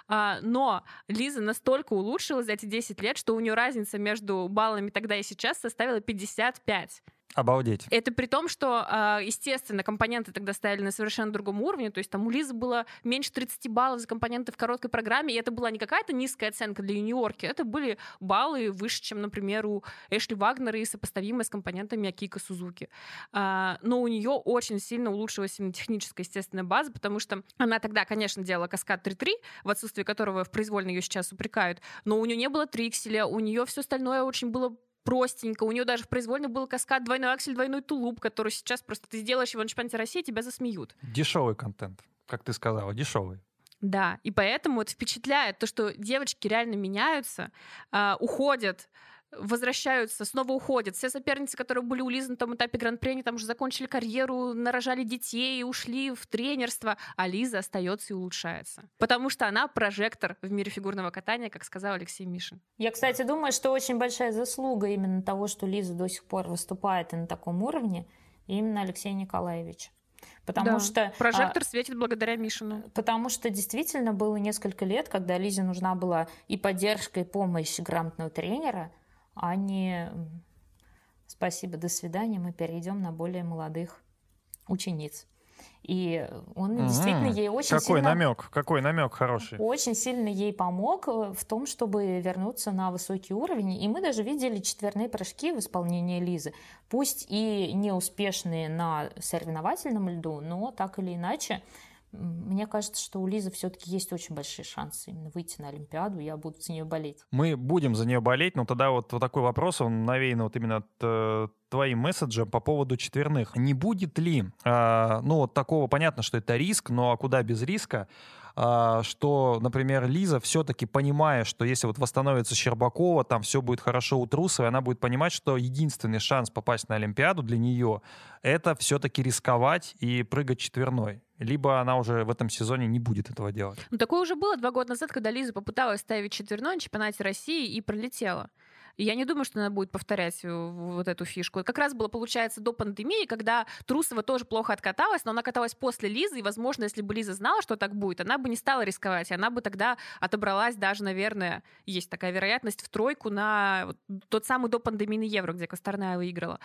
Но Лиза настолько улучшилась за эти 10 лет, что у нее разница между баллами тогда и сейчас составила 55. Обалдеть. Это при том, что, естественно, компоненты тогда стояли на совершенно другом уровне, то есть там у Лизы было меньше 30 баллов за компоненты в короткой программе, и это была не какая-то низкая оценка для юниорки, это были баллы выше, чем, например, у Эшли Вагнера и сопоставимые с компонентами Акика Сузуки. Но у нее очень сильно улучшилась именно техническая, естественная база, потому что она тогда, конечно, делала каскад 3-3, в отсутствии которого в произвольной ее сейчас упрекают, но у нее не было трикселя, у нее все остальное очень было простенько. У нее даже в произвольно был каскад двойной аксель, двойной тулуп, который сейчас просто ты сделаешь его на чемпионате России, тебя засмеют. Дешевый контент, как ты сказала, дешевый. Да, и поэтому это впечатляет то, что девочки реально меняются, уходят, возвращаются, снова уходят. Все соперницы, которые были у Лизы на том этапе гран-при, они там уже закончили карьеру, нарожали детей, ушли в тренерство, а Лиза остается и улучшается. Потому что она прожектор в мире фигурного катания, как сказал Алексей Мишин. Я, кстати, думаю, что очень большая заслуга именно того, что Лиза до сих пор выступает и на таком уровне, именно Алексей Николаевич. Потому что прожектор светит благодаря Мишину. Потому что действительно было несколько лет, когда Лизе нужна была и поддержка, и помощь грамотного тренера, а не «спасибо, до свидания, мы перейдем на более молодых учениц». И он действительно ей очень сильно... Какой намек хороший. Очень сильно ей помог в том, чтобы вернуться на высокий уровень. И мы даже видели четверные прыжки в исполнении Лизы. Пусть и неуспешные на соревновательном льду, но так или иначе, мне кажется, что у Лизы все-таки есть очень большие шансы именно выйти на Олимпиаду. Я буду за нее болеть. Мы будем за нее болеть, но тогда вот такой вопрос, он навеян вот именно от твоим месседжем по поводу четверных. Не будет ли, вот такого, понятно, что это риск, но куда без риска, что, например, Лиза все-таки, понимая, что если вот восстановится Щербакова, там все будет хорошо у Трусовой, она будет понимать, что единственный шанс попасть на Олимпиаду для нее — это все-таки рисковать и прыгать четверной. Либо она уже в этом сезоне не будет этого делать. Ну, такое уже было 2 года назад, когда Лиза попыталась ставить четверной на чемпионате России и пролетела. И я не думаю, что она будет повторять вот эту фишку. Как раз было, получается, до пандемии, когда Трусова тоже плохо откаталась, но она каталась после Лизы, и, возможно, если бы Лиза знала, что так будет, она бы не стала рисковать, и она бы тогда отобралась даже, наверное, есть такая вероятность, в тройку на тот самый допандемийный Евро, где Косторная выиграла.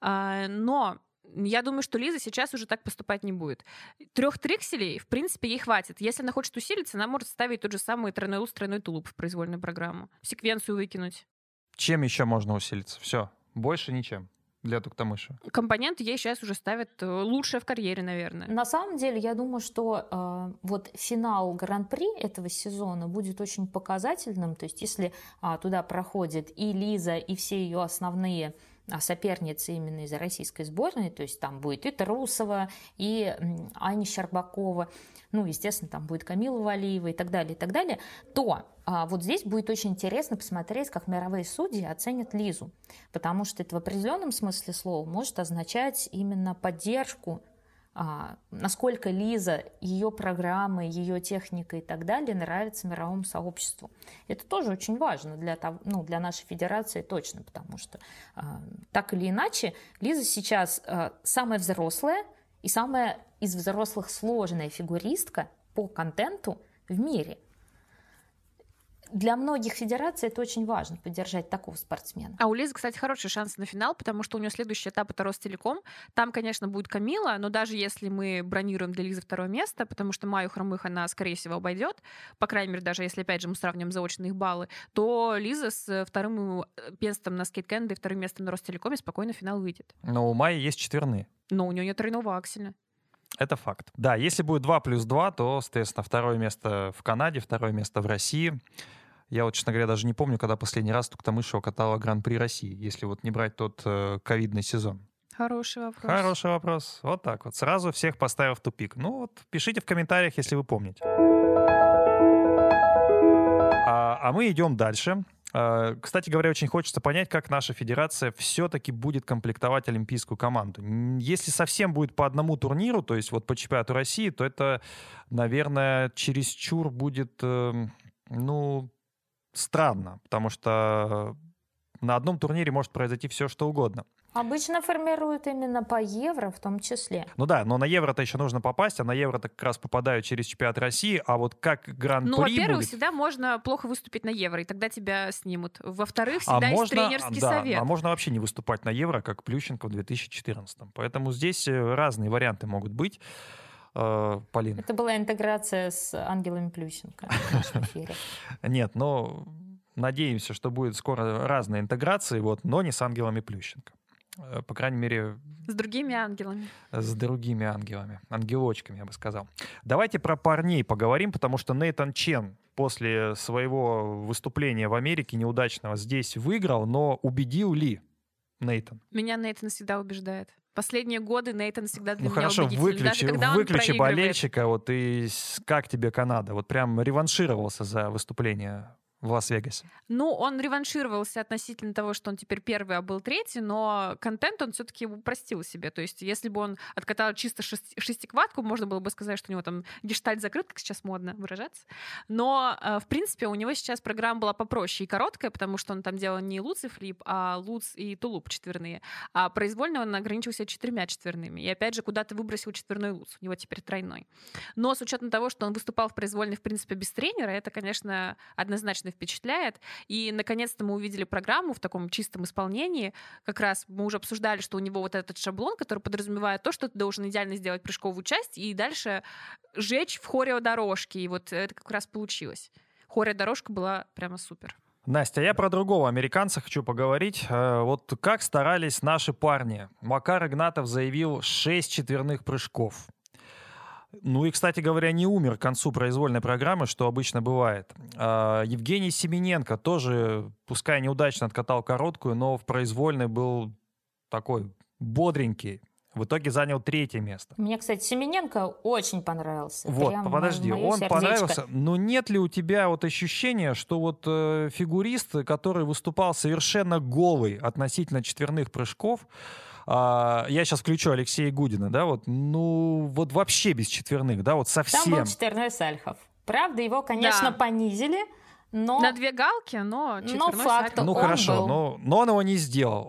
Но я думаю, что Лиза сейчас уже так поступать не будет. 3 трикселей, в принципе, ей хватит. Если она хочет усилиться, она может ставить тот же самый тройной луз, тройной тулуп в произвольную программу. Секвенцию выкинуть. Чем еще можно усилиться? Все, больше ничем для Туктамышева. Компоненты ей сейчас уже ставят лучшее в карьере, наверное. На самом деле, я думаю, что вот финал Гран-при этого сезона будет очень показательным. То есть, если туда проходит и Лиза, и все ее основные соперницы именно из российской сборной, то есть там будет и Трусова, и Аня Щербакова, ну, естественно, там будет Камила Валиева и так далее, то вот здесь будет очень интересно посмотреть, как мировые судьи оценят Лизу, потому что это в определенном смысле слова может означать именно поддержку, насколько Лиза, ее программы, ее техника и так далее нравится мировому сообществу. Это тоже очень важно для нашей федерации точно, потому что так или иначе Лиза сейчас самая взрослая и самая из взрослых сложная фигуристка по контенту в мире. для многих федераций это очень важно, поддержать такого спортсмена. А у Лизы, кстати, хороший шанс на финал, потому что у нее следующий этап — это Ростелеком. Там, конечно, будет Камила, но даже если мы бронируем для Лизы второе место, потому что Майю Хромых она, скорее всего, обойдет, по крайней мере, даже если, опять же, мы сравним заочные их баллы, то Лиза с вторым местом на Skate Canada и вторым местом на Ростелекоме спокойно в финал выйдет. Но у Майи есть четверные. Но у нее нет тройного акселя. Это факт. Да, если будет 2+2, то, соответственно, второе место в Канаде, второе место в России. Я вот, честно говоря, даже не помню, когда последний раз Туктамышева катала Гран-при России, если вот не брать тот ковидный сезон. Хороший вопрос. Хороший вопрос. Вот так вот. Сразу всех поставил в тупик. Ну вот, пишите в комментариях, если вы помните. А мы идем дальше. Кстати говоря, очень хочется понять, как наша федерация все-таки будет комплектовать олимпийскую команду. Если совсем будет по одному турниру, то есть вот по чемпионату России, то это, наверное, чересчур будет, странно, потому что на одном турнире может произойти все, что угодно. Обычно формируют именно по Евро в том числе. Ну да, но на Евро-то еще нужно попасть, а на Евро-то как раз попадают через чемпионат России, а вот как Гран-при во-первых, будет... всегда можно плохо выступить на Евро, и тогда тебя снимут. Во-вторых, всегда есть тренерский совет. А можно вообще не выступать на Евро, как Плющенко в 2014. Поэтому здесь разные варианты могут быть. Полина. Это была интеграция с Ангелами Плющенко в нашем эфире. Нет, но надеемся, что будет скоро разные интеграции, но не с Ангелами Плющенко. По крайней мере... С другими ангелами. С другими ангелами. Ангелочками, я бы сказал. Давайте про парней поговорим, потому что Нейтан Чен после своего выступления в Америке неудачного здесь выиграл, но убедил ли Нейтан? Меня Нейтан всегда убеждает. Последние годы Нейтан всегда для меня хорошо, убедителен. Даже когда выключи он болельщика, и как тебе Канада? Вот прям реваншировался за выступление в Лас-Вегасе. Ну, он реваншировался относительно того, что он теперь первый, а был третий, но контент он все-таки упростил себе. То есть, если бы он откатал чисто шестикватку, можно было бы сказать, что у него там гештальт закрыт, как сейчас модно выражаться. Но, в принципе, у него сейчас программа была попроще и короткая, потому что он там делал не луц и флип, а луц и тулуп четверные. А произвольно он ограничился 4 четверными. И опять же, куда-то выбросил четверной луц. У него теперь тройной. Но с учетом того, что он выступал в произвольной, в принципе, без тренера, это, конечно, однозначно впечатляет. И, наконец-то, мы увидели программу в таком чистом исполнении. Как раз мы уже обсуждали, что у него вот этот шаблон, который подразумевает то, что ты должен идеально сделать прыжковую часть и дальше жечь в хореодорожке. И вот это как раз получилось. Хореодорожка была прямо супер. Настя, я про другого американца хочу поговорить. Вот как старались наши парни. Макар Игнатов заявил 6 четверных прыжков. Ну и, кстати говоря, не умер к концу произвольной программы, что обычно бывает. Евгений Семененко тоже, пускай неудачно откатал короткую, но в произвольной был такой бодренький. В итоге занял 3 место. Мне, кстати, Семененко очень понравился. Вот, прям подожди, моё он сердечко. понравился. Но нет ли у тебя вот ощущения, что вот фигурист, который выступал совершенно голый относительно четверных прыжков, я сейчас включу Алексея Гудина, да, вот вообще без четверных, да, вот совсем. Там был четверной Сальхов. Правда, его, конечно, понизили, но... На 2 галки, но четверной факт, Сальхов. Ну он хорошо, был. но он его не сделал.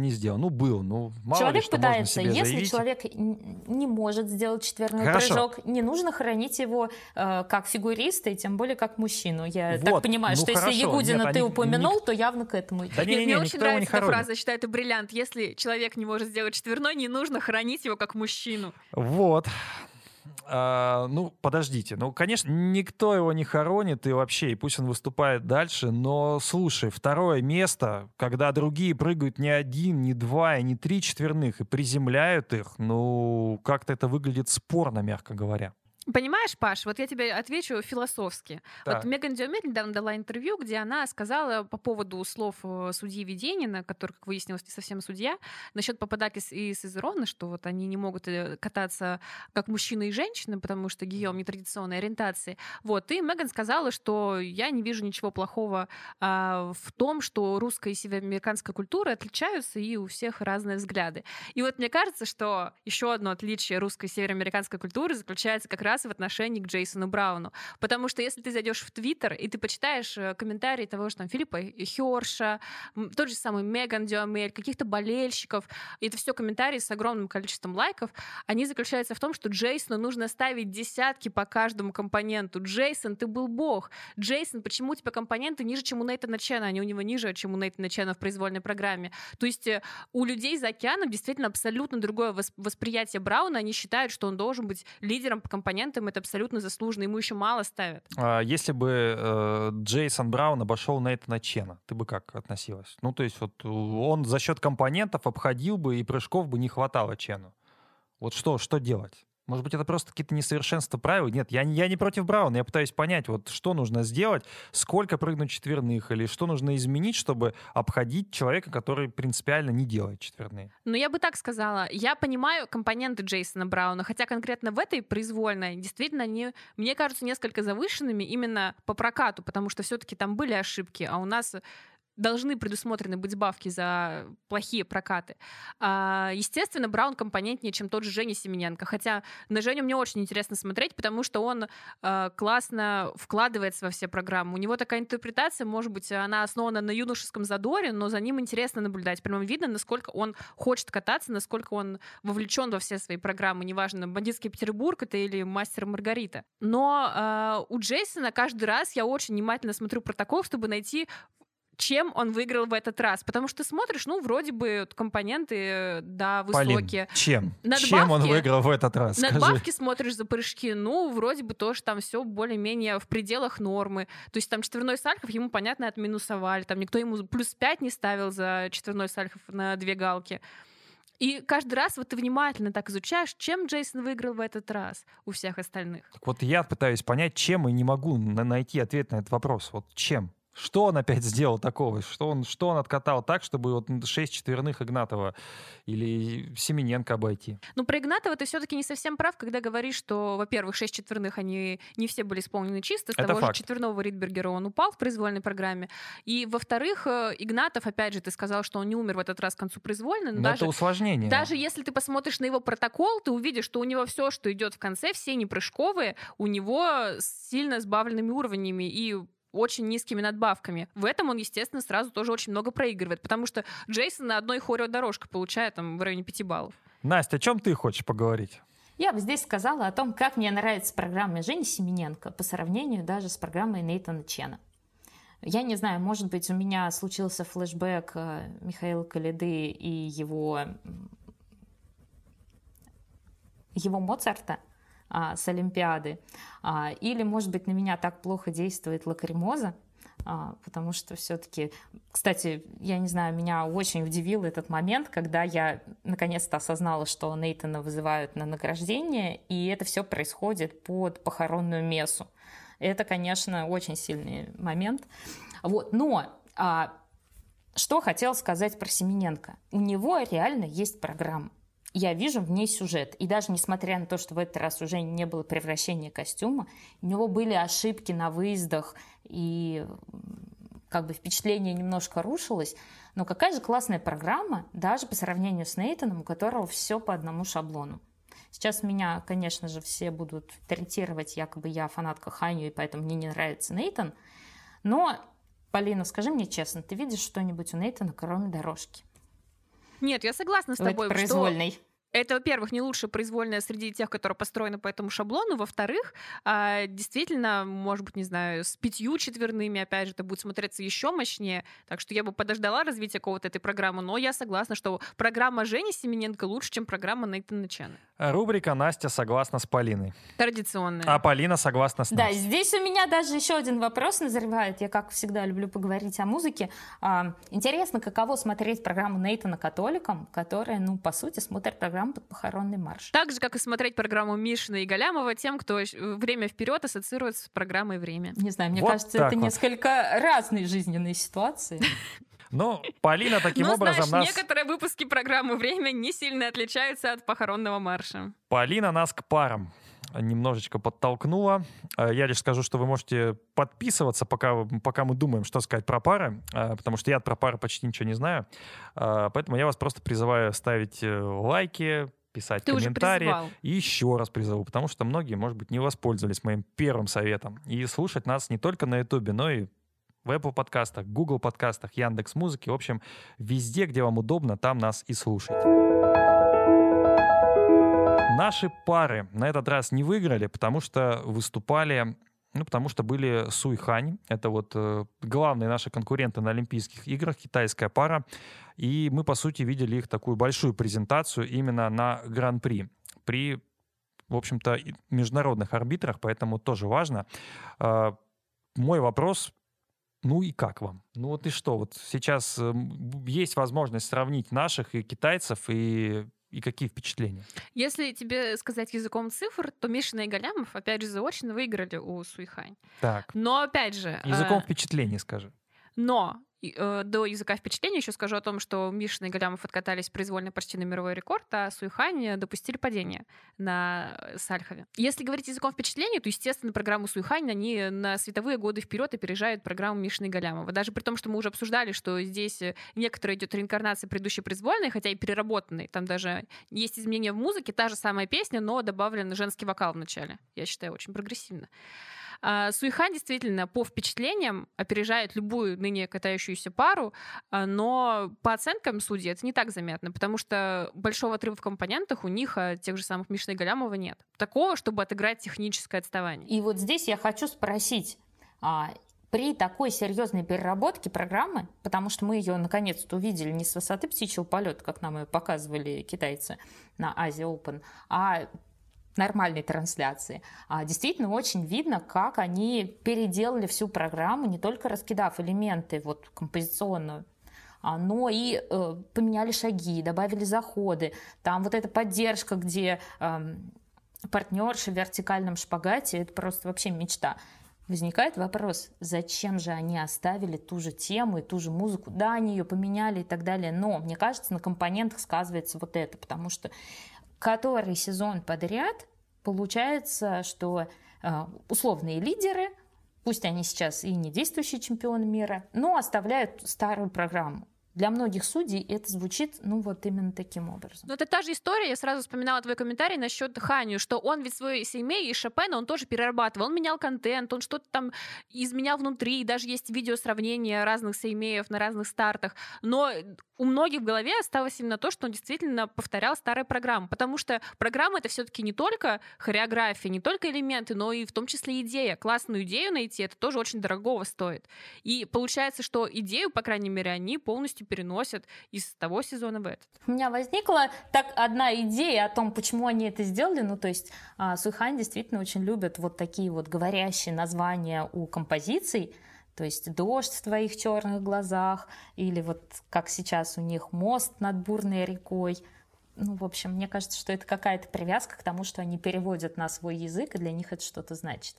Мало человек ли, что пытается, можно себе если заявить. человек не может сделать четверной Хорошо. прыжок, не нужно хранить его как фигуриста и тем более как мужчину. Я Вот, так понимаю, что хорошо. если Ягудина Нет, ты они упомянул, то явно к этому идет. Да Нет, мне очень никто его не нравится эта хоронит. фраза, я считаю, это бриллиант. Если человек не может сделать четверной, не нужно хранить его как мужчину. Вот. Подождите. Конечно, никто его не хоронит, и вообще, и пусть он выступает дальше, но, слушай, 2 место, когда другие прыгают не 1, не 2, и не 3 четверных, и приземляют их, как-то это выглядит спорно, мягко говоря. Понимаешь, Паш, вот я тебе отвечу философски. Так. Вот Меган Дюмель недавно дала интервью, где она сказала по поводу слов судьи Веденина, который, как выяснилось, не совсем судья, насчет попадать из Изерона, что вот они не могут кататься как мужчина и женщина, потому что Гийом нетрадиционной ориентации. Вот. И Меган сказала, что я не вижу ничего плохого в том, что русская и североамериканская культура отличаются, и у всех разные взгляды. И вот мне кажется, что еще одно отличие русской и североамериканской культуры заключается как раз раз в отношении к Джейсону Брауну. Потому что если ты зайдешь в Твиттер и ты почитаешь комментарии того же там Филиппа Хёрша, тот же самый Меган Дюамель, каких-то болельщиков, и это все комментарии с огромным количеством лайков, они заключаются в том, что Джейсону нужно ставить десятки по каждому компоненту. Джейсон, ты был бог. Джейсон, почему у тебя компоненты ниже, чем у Нейтана Чена? Они у него ниже, чем у Нейтана Чена в произвольной программе. То есть у людей за океаном действительно абсолютно другое восприятие Брауна. Они считают, что он должен быть лидером по компонентам. Это абсолютно заслуженно. Ему еще мало ставят. Если бы Джейсон Браун обошел Нейтана Чена, ты бы как относилась? Ну, то есть вот он за счет компонентов обходил бы, и прыжков бы не хватало Чену. Вот что делать? Может быть, это просто какие-то несовершенства правил? Нет, я не против Брауна, я пытаюсь понять, вот что нужно сделать, сколько прыгнуть четверных, или что нужно изменить, чтобы обходить человека, который принципиально не делает четверные. Ну, я бы так сказала. Я понимаю компоненты Джейсона Брауна, хотя конкретно в этой произвольной действительно они, мне кажутся, несколько завышенными именно по прокату, потому что все-таки там были ошибки, а у нас должны предусмотрены быть бавки за плохие прокаты. Естественно, Браун компонентнее, чем тот же Женя Семененко. Хотя на Женю мне очень интересно смотреть, потому что он классно вкладывается во все программы. У него такая интерпретация, может быть, она основана на юношеском задоре, но за ним интересно наблюдать. Прямо видно, насколько он хочет кататься, насколько он вовлечен во все свои программы. Неважно, «Бандитский Петербург» это или «Мастер и Маргарита». Но у Джейсона каждый раз я очень внимательно смотрю протокол, чтобы найти, чем он выиграл в этот раз. Потому что ты смотришь, ну, вроде бы компоненты, да, высокие. Полин, чем он выиграл в этот раз? Надбавки смотришь за прыжки, ну, вроде бы тоже там все более-менее в пределах нормы. То есть там четверной сальхов ему, понятно, отминусовали. Там никто ему +5 не ставил за четверной сальхов на 2 галки. И каждый раз вот ты внимательно так изучаешь, чем Джейсон выиграл в этот раз у всех остальных. Так вот я пытаюсь понять, чем, и не могу найти ответ на этот вопрос. Вот чем? Что он опять сделал такого? Что он откатал так, чтобы вот 6 четверных Игнатова или Семененко обойти? Ну, про Игнатова ты все-таки не совсем прав, когда говоришь, что, во-первых, 6 четверных, они не все были исполнены чисто. С Это того факт. же четверного Ридбергера он упал в произвольной программе. И, во-вторых, Игнатов, опять же, ты сказал, что он не умер в этот раз к концу произвольной. Но это усложнение. Даже если ты посмотришь на его протокол, ты увидишь, что у него все, что идет в конце, все непрыжковые, у него с сильно сбавленными уровнями и очень низкими надбавками. В этом он, естественно, сразу тоже очень много проигрывает, потому что Джейсон на одной хореодорожке получает там в районе 5 баллов. Настя, о чем ты хочешь поговорить? Я бы здесь сказала о том, как мне нравится программа Жени Семененко по сравнению даже с программой Нейтана Чена. Я не знаю, может быть, у меня случился флешбэк Михаила Коляды и его Моцарта с Олимпиады. Или, может быть, на меня так плохо действует Лакримоза, потому что все-таки, кстати, я не знаю, меня очень удивил этот момент, когда я наконец-то осознала, что Нейтана вызывают на награждение, и это все происходит под похоронную мессу. Это, конечно, очень сильный момент. Вот. Но что хотела сказать про Семененко. У него реально есть программа. Я вижу в ней сюжет. И даже несмотря на то, что в этот раз уже не было превращения костюма, у него были ошибки на выездах, и как бы впечатление немножко рушилось. Но какая же классная программа, даже по сравнению с Нейтаном, у которого все по одному шаблону. Сейчас меня, конечно же, все будут третировать, якобы я фанатка Ханью, и поэтому мне не нравится Нейтан. Но, Полина, скажи мне честно, ты видишь что-нибудь у Нейтана, кроме дорожки? Нет, я согласна с тобой, что произвольной. Это, во-первых, не лучшая произвольная среди тех, которые построены по этому шаблону. Во-вторых, действительно, может быть, не знаю, с 5 четверными, опять же, это будет смотреться еще мощнее. Так что я бы подождала развития какого-то этой программы, но я согласна, что программа Жени Семененко лучше, чем программа Нейтана Чена. Рубрика «Настя согласна с Полиной». Традиционная. А Полина согласна с Настей. Да, здесь у меня даже еще один вопрос назревает. Я, как всегда, люблю поговорить о музыке. Интересно, каково смотреть программу Нейтана католикам, которые, ну, по сути, смотрят программу под похоронный марш. Так же, как и смотреть программу Мишина и Галямова тем, кто «Время вперед» ассоциирует с программой «Время». Не знаю, мне вот кажется, это несколько разные жизненные ситуации. Ну, Полина таким образом знаешь, некоторые выпуски программы «Время» не сильно отличаются от похоронного марша. Полина нас к парам немножечко подтолкнула. Я лишь скажу, что вы можете подписываться, пока мы думаем, что сказать про пары, потому что я про пары почти ничего не знаю. Поэтому я вас просто призываю ставить лайки, писать Ты комментарии. уже призывал. И еще раз призову, потому что многие, может быть, не воспользовались моим первым советом. И слушать нас не только на Ютубе, но и в Apple подкастах, Google подкастах, Яндекс.Музыке. В общем, везде, где вам удобно, там нас и слушайте. Наши пары на этот раз не выиграли, потому что выступали... потому что были Суйхань, это вот главные наши конкуренты на Олимпийских играх, китайская пара, и мы, по сути, видели их такую большую презентацию именно на Гран-при, при, в общем-то, международных арбитрах, поэтому тоже важно. Мой вопрос, и как вам? И что, вот сейчас есть возможность сравнить наших и китайцев, и какие впечатления? Если тебе сказать языком цифр, то Мишина и Галямов, опять же, заочно выиграли у Суйхань. Так. Но, опять же... Языком впечатлений скажи. Но до языка впечатления еще скажу о том, что Мишина и Галямов откатались произвольно почти на мировой рекорд, а Суйхань допустили падение на Сальхове. Если говорить языком впечатлений, то, естественно, программу Суйхань они на световые годы вперед опережают программу Мишины и Галямова. Даже при том, что мы уже обсуждали, что здесь некоторая идет реинкарнация предыдущей произвольной, хотя и переработанной. Там даже есть изменения в музыке, та же самая песня, но добавлен женский вокал в начале. Я считаю, очень прогрессивно. Суйхань действительно по впечатлениям опережает любую ныне катающуюся пару, но по оценкам судей это не так заметно, потому что большого отрыва в компонентах у них, тех же самых Мишина и Галямова, нет. Такого, чтобы отыграть техническое отставание. И вот здесь я хочу спросить, при такой серьезной переработке программы, потому что мы ее наконец-то увидели не с высоты птичьего полета, как нам ее показывали китайцы на Азия Open, а нормальной трансляции. Действительно очень видно, как они переделали всю программу, не только раскидав элементы вот композиционную, но и поменяли шаги, добавили заходы. Там вот эта поддержка, где партнерши в вертикальном шпагате, это просто вообще мечта. Возникает вопрос, зачем же они оставили ту же тему и ту же музыку? Да, они ее поменяли и так далее, но, мне кажется, на компонентах сказывается вот это, потому что который сезон подряд получается, что условные лидеры, пусть они сейчас и не действующие чемпионы мира, но оставляют старую программу. Для многих судей это звучит, вот именно таким образом. Но это та же история, я сразу вспоминала твой комментарий насчет Ханю, что он ведь свой Сеймей и Шопена, он тоже перерабатывал, он менял контент, он что-то там изменял внутри, и даже есть видео сравнения разных Сеймеев на разных стартах, но у многих в голове осталось именно то, что он действительно повторял старые программы, потому что программа — это все-таки не только хореография, не только элементы, но и в том числе идея. Классную идею найти — это тоже очень дорогого стоит. И получается, что идею, по крайней мере, они полностью переносят из того сезона в этот. У меня возникла одна идея о том, почему они это сделали. То есть Суйхань действительно очень любят вот такие вот говорящие названия у композиций. То есть «Дождь в твоих черных глазах» или вот как сейчас у них «Мост над бурной рекой». В общем, мне кажется, что это какая-то привязка к тому, что они переводят на свой язык, и для них это что-то значит.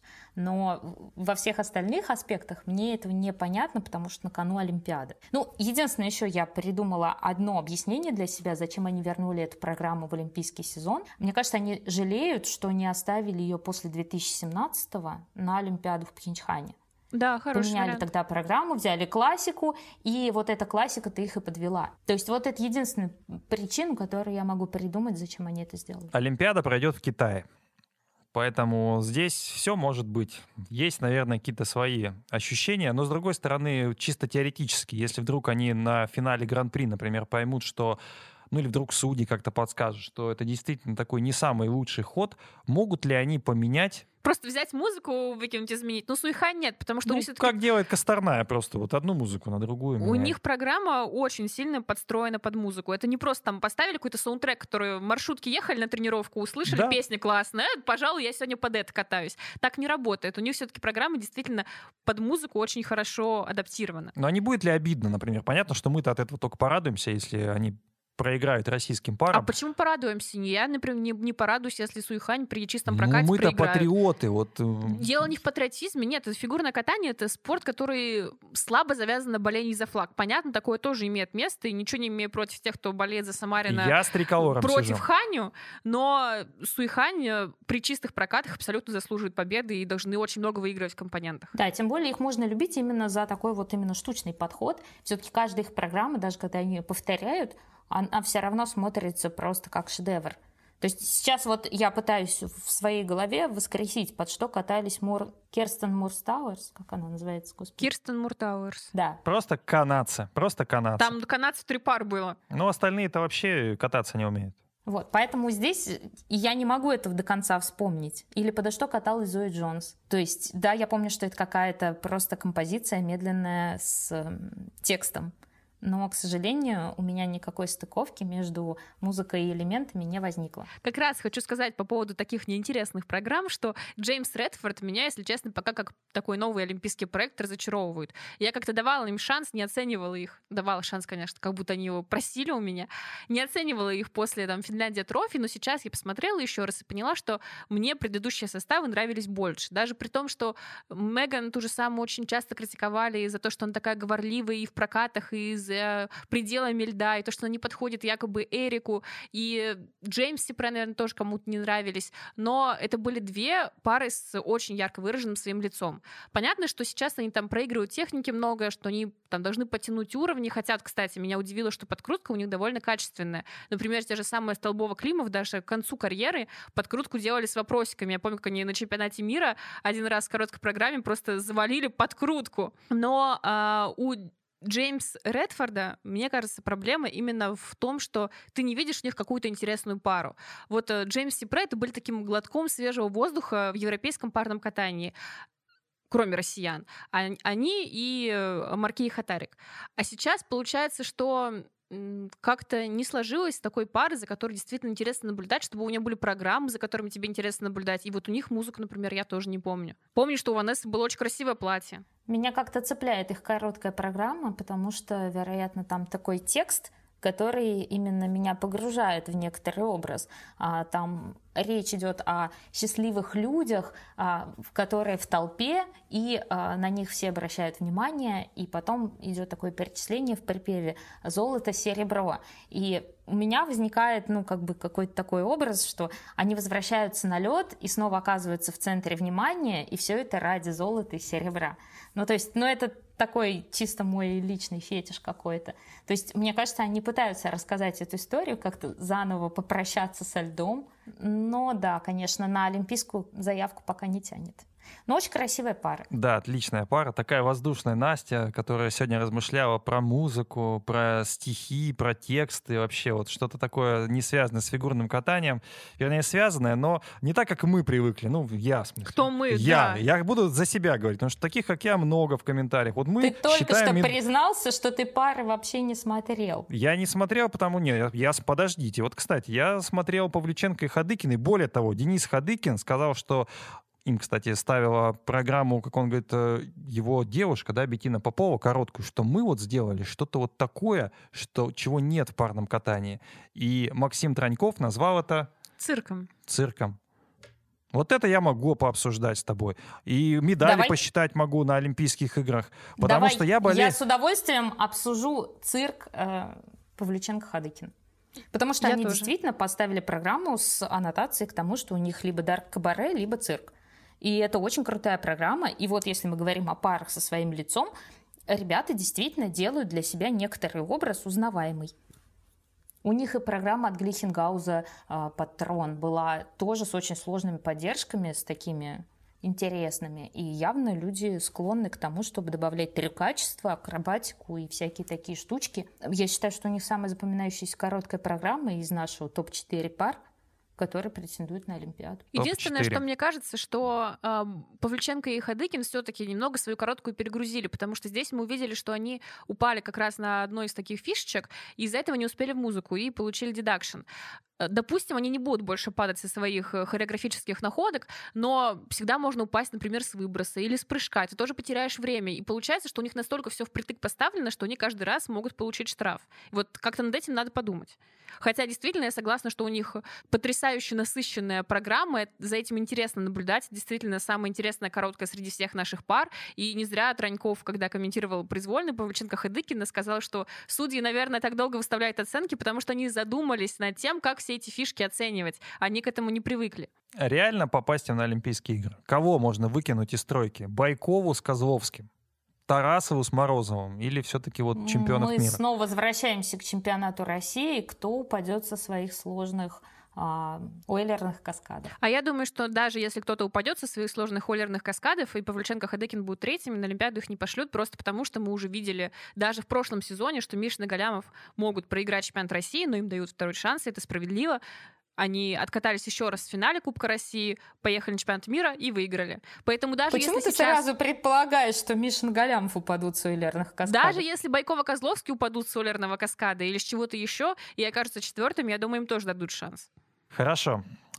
Но во всех остальных аспектах мне этого непонятно, потому что на кону Олимпиады. Единственное, еще я придумала одно объяснение для себя, зачем они вернули эту программу в олимпийский сезон. Мне кажется, они жалеют, что не оставили ее после 2017-го на Олимпиаду в Пхенчхане. Да, хороший Поменяли вариант. тогда программу, взяли классику, и вот эта классика-то их и подвела. То есть вот это единственная причина, которую я могу придумать, зачем они это сделали. Олимпиада пройдет в Китае. Поэтому здесь все может быть. Есть, наверное, какие-то свои ощущения, но, с другой стороны, чисто теоретически, если вдруг они на финале Гран-при, например, поймут, что или вдруг судьи как-то подскажут, что это действительно такой не самый лучший ход, могут ли они поменять? Просто взять музыку, выкинуть, изменить. Суйхань нет, потому что у них как делает Косторная, просто вот одну музыку на другую меняет. У них программа очень сильно подстроена под музыку. Это не просто там поставили какой-то саундтрек, который в маршрутке ехали на тренировку, услышали, песня классная, пожалуй, я сегодня под это катаюсь. Так не работает. У них все-таки программа действительно под музыку очень хорошо адаптирована. Но не будет ли обидно, например? Понятно, что мы-то от этого только порадуемся, если они проиграют российским парам. А почему порадуемся? Я, например, не порадуюсь, если Суйхань при чистом прокате мы-то проиграют. Патриоты. Дело не в патриотизме. Нет, это фигурное катание, это спорт, который слабо завязан на болении за флаг. Понятно, такое тоже имеет место, и ничего не имею против тех, кто болеет за Самарина. Я с триколором против сижу. Ханю, но Суйхань при чистых прокатах абсолютно заслуживает победы и должны очень много выигрывать в компонентах. Да, тем более их можно любить именно за такой вот именно штучный подход. Все-таки каждая их программа, даже когда они ее повторяют, она все равно смотрится просто как шедевр. То есть сейчас вот я пытаюсь в своей голове воскресить, под что катались Керстен Мурстауэрс, как она называется, господи? Кирстен Муртауэрс. Да. Просто канадцы. Там канадцев 3 пар было. Ну, остальные-то вообще кататься не умеют. Вот, поэтому здесь я не могу этого до конца вспомнить. Или подо что каталась Зои Джонс. То есть, да, я помню, что это какая-то просто композиция медленная с текстом. Но, к сожалению, у меня никакой стыковки между музыкой и элементами не возникло. Как раз хочу сказать по поводу таких неинтересных программ, что Джеймс Редфорд меня, если честно, пока как такой новый олимпийский проект разочаровывает. Я как-то давала им шанс, не оценивала их. Давала шанс, конечно, как будто они его просили у меня. Не оценивала их после Финляндия Трофи, но сейчас я посмотрела еще раз и поняла, что мне предыдущие составы нравились больше. Даже при том, что Меган ту же самую очень часто критиковали за то, что она такая говорливая и в прокатах, и за пределами льда, и то, что она не подходит якобы Эрику, и Джеймс Сипре, наверное, тоже кому-то не нравились, но это были две пары с очень ярко выраженным своим лицом. Понятно, что сейчас они там проигрывают техники много, что они там должны подтянуть уровни, хотят, кстати, меня удивило, что подкрутка у них довольно качественная. Например, те же самые Столбова-Климов даже к концу карьеры подкрутку делали с вопросиками. Я помню, как они на чемпионате мира один раз в короткой программе просто завалили подкрутку. Но у Джеймс Редфорда, мне кажется, проблема именно в том, что ты не видишь в них какую-то интересную пару. Вот Джеймс и Прайд были таким глотком свежего воздуха в европейском парном катании, кроме россиян. Они и Маркей Хатарик. А сейчас получается, что как-то не сложилось такой пары, за которой действительно интересно наблюдать, чтобы у нее были программы, за которыми тебе интересно наблюдать. И вот у них музыку, например, я тоже не помню. Помню, что у Ванессы было очень красивое платье. Меня как-то цепляет их короткая программа, потому что, вероятно, там такой текст, который именно меня погружает в некоторый образ. Там речь идет о счастливых людях, которые в толпе, и на них все обращают внимание, и потом идет такое перечисление в припеве «золото, серебро». И у меня возникает, какой-то такой образ, что они возвращаются на лед и снова оказываются в центре внимания, и все это ради золота и серебра. Это такой чисто мой личный фетиш какой-то. То есть, мне кажется, они пытаются рассказать эту историю, как-то заново попрощаться со льдом. Но да, конечно, на олимпийскую заявку пока не тянет. Но очень красивая пара. Да, отличная пара. Такая воздушная Настя, которая сегодня размышляла про музыку, про стихи, про тексты, вообще вот что-то такое не связанное с фигурным катанием. Вернее, связанное, но не так, как мы привыкли. Я, в смысле. Кто мы, я. Да. Я буду за себя говорить, потому что таких, как я, много в комментариях. Вот мы ты только считаем... что признался, что ты пары вообще не смотрел. Я не смотрел, подождите. Вот, кстати, я смотрел Павлюченко и Хадыкиной. Более того, Денис Хадыкин сказал, что им, кстати, ставила программу, как он говорит, его девушка, Беттина Попова, короткую, что мы вот сделали что-то вот такое, чего нет в парном катании. И Максим Траньков назвал это... Цирком. Вот это я могу пообсуждать с тобой. И медали посчитать могу на Олимпийских играх. Потому что я болею... Я с удовольствием обсужу цирк Павлюченко-Хадыкин. Потому что они действительно поставили программу с аннотацией к тому, что у них либо дарк-кабаре, либо цирк. И это очень крутая программа. И вот если мы говорим о парах со своим лицом, ребята действительно делают для себя некоторый образ узнаваемый. У них и программа от Глихенгауза «Патрон» была тоже с очень сложными поддержками, с такими интересными. И явно люди склонны к тому, чтобы добавлять трюкачество, акробатику и всякие такие штучки. Я считаю, что у них самая запоминающаяся короткая программа из нашего топ-4 пар, которые претендуют на Олимпиаду. Единственное, что мне кажется, что Павлюченко и Хадыкин все-таки немного свою короткую перегрузили, потому что здесь мы увидели, что они упали как раз на одной из таких фишечек, и из-за этого не успели в музыку и получили дедакшн. Допустим, они не будут больше падать со своих хореографических находок, но всегда можно упасть, например, с выброса или с прыжка. Ты тоже потеряешь время. И получается, что у них настолько все впритык поставлено, что они каждый раз могут получить штраф. Вот как-то над этим надо подумать. Хотя действительно я согласна, что у них потрясающе насыщенная программа. За этим интересно наблюдать. Действительно, самая интересная короткая среди всех наших пар. И не зря Траньков, когда комментировал произвольный Павлюченко-Хадыкина, сказал, что судьи, наверное, так долго выставляют оценки, потому что они задумались над тем, как все эти фишки оценивать. Они к этому не привыкли. Реально попасть на Олимпийские игры? Кого можно выкинуть из тройки? Байкову с Козловским? Тарасову с Морозовым? Или все-таки вот чемпионов мира? Мы снова возвращаемся к чемпионату России. Кто упадет со своих сложных ойлерных каскадов. А я думаю, что даже если кто-то упадет со своих сложных ойлерных каскадов, и Павлюченко, Ходыкин будут третьими, на Олимпиаду их не пошлют, просто потому что мы уже видели даже в прошлом сезоне, что Мишин и Галямов могут проиграть чемпионат России, но им дают второй шанс, и это справедливо. Они откатались еще раз в финале Кубка России, поехали на чемпионат мира и выиграли. Поэтому даже Почему если ты сейчас... сразу предполагаешь, что Мишин и Галямов упадут с ойлерных каскадов? Даже если Байкова-Козловский упадут с ойлерного каскада или с чего-то еще и окажутся четвертыми, я думаю, им тоже дадут шанс. Хорошо.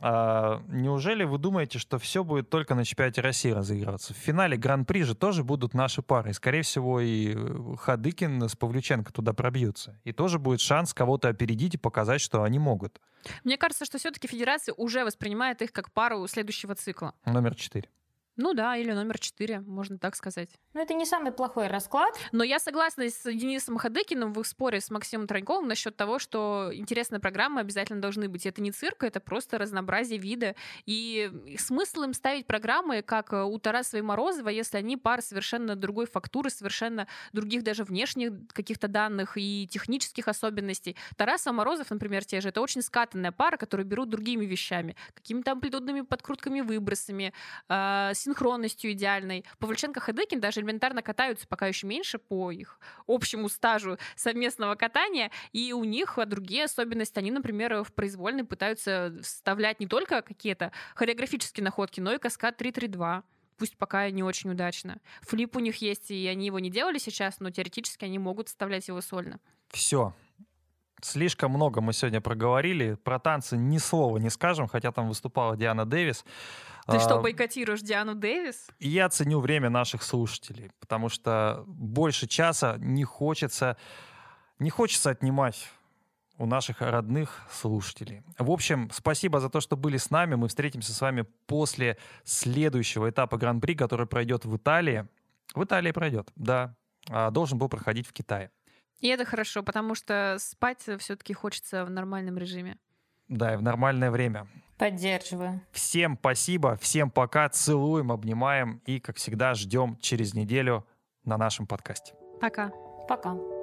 Неужели вы думаете, что все будет только на чемпионате России разыгрываться? В финале Гран-при же тоже будут наши пары. И, скорее всего, и Ходыкин с Павлюченко туда пробьются. И тоже будет шанс кого-то опередить и показать, что они могут. Мне кажется, что все-таки федерация уже воспринимает их как пару следующего цикла. Номер 4. Ну да, или номер 4, можно так сказать. Ну, это не самый плохой расклад. Но я согласна с Денисом Ходыкиным в их споре с Максимом Троньковым насчет того, что интересные программы обязательно должны быть. Это не цирк, это просто разнообразие вида. И смысл им ставить программы, как у Тараса и Морозова, если они пара совершенно другой фактуры, совершенно других даже внешних каких-то данных и технических особенностей. Тарас и Морозов, например, те же, это очень скатанная пара, которую берут другими вещами. Какими-то амплитудными подкрутками, выбросами, синхронностью идеальной. Павлюченко, Ходыкин даже элементарно катаются пока еще меньше по их общему стажу совместного катания, и у них другие особенности. Они, например, в произвольной пытаются вставлять не только какие-то хореографические находки, но и каскад 3-3-2. Пусть пока не очень удачно. Флип у них есть, и они его не делали сейчас, но теоретически они могут вставлять его сольно. Все. Слишком много мы сегодня проговорили. Про танцы ни слова не скажем, хотя там выступала Диана Дэвис. Ты что, бойкотируешь Диану Дэвис? И я ценю время наших слушателей, потому что больше часа не хочется отнимать у наших родных слушателей. В общем, спасибо за то, что были с нами. Мы встретимся с вами после следующего этапа Гран-при, который пройдет в Италии. В Италии пройдет, да. Должен был проходить в Китае. И это хорошо, потому что спать все-таки хочется в нормальном режиме. Да, и в нормальное время. Поддерживаю. Всем спасибо, всем пока, целуем, обнимаем и, как всегда, ждем через неделю на нашем подкасте. Пока. Пока.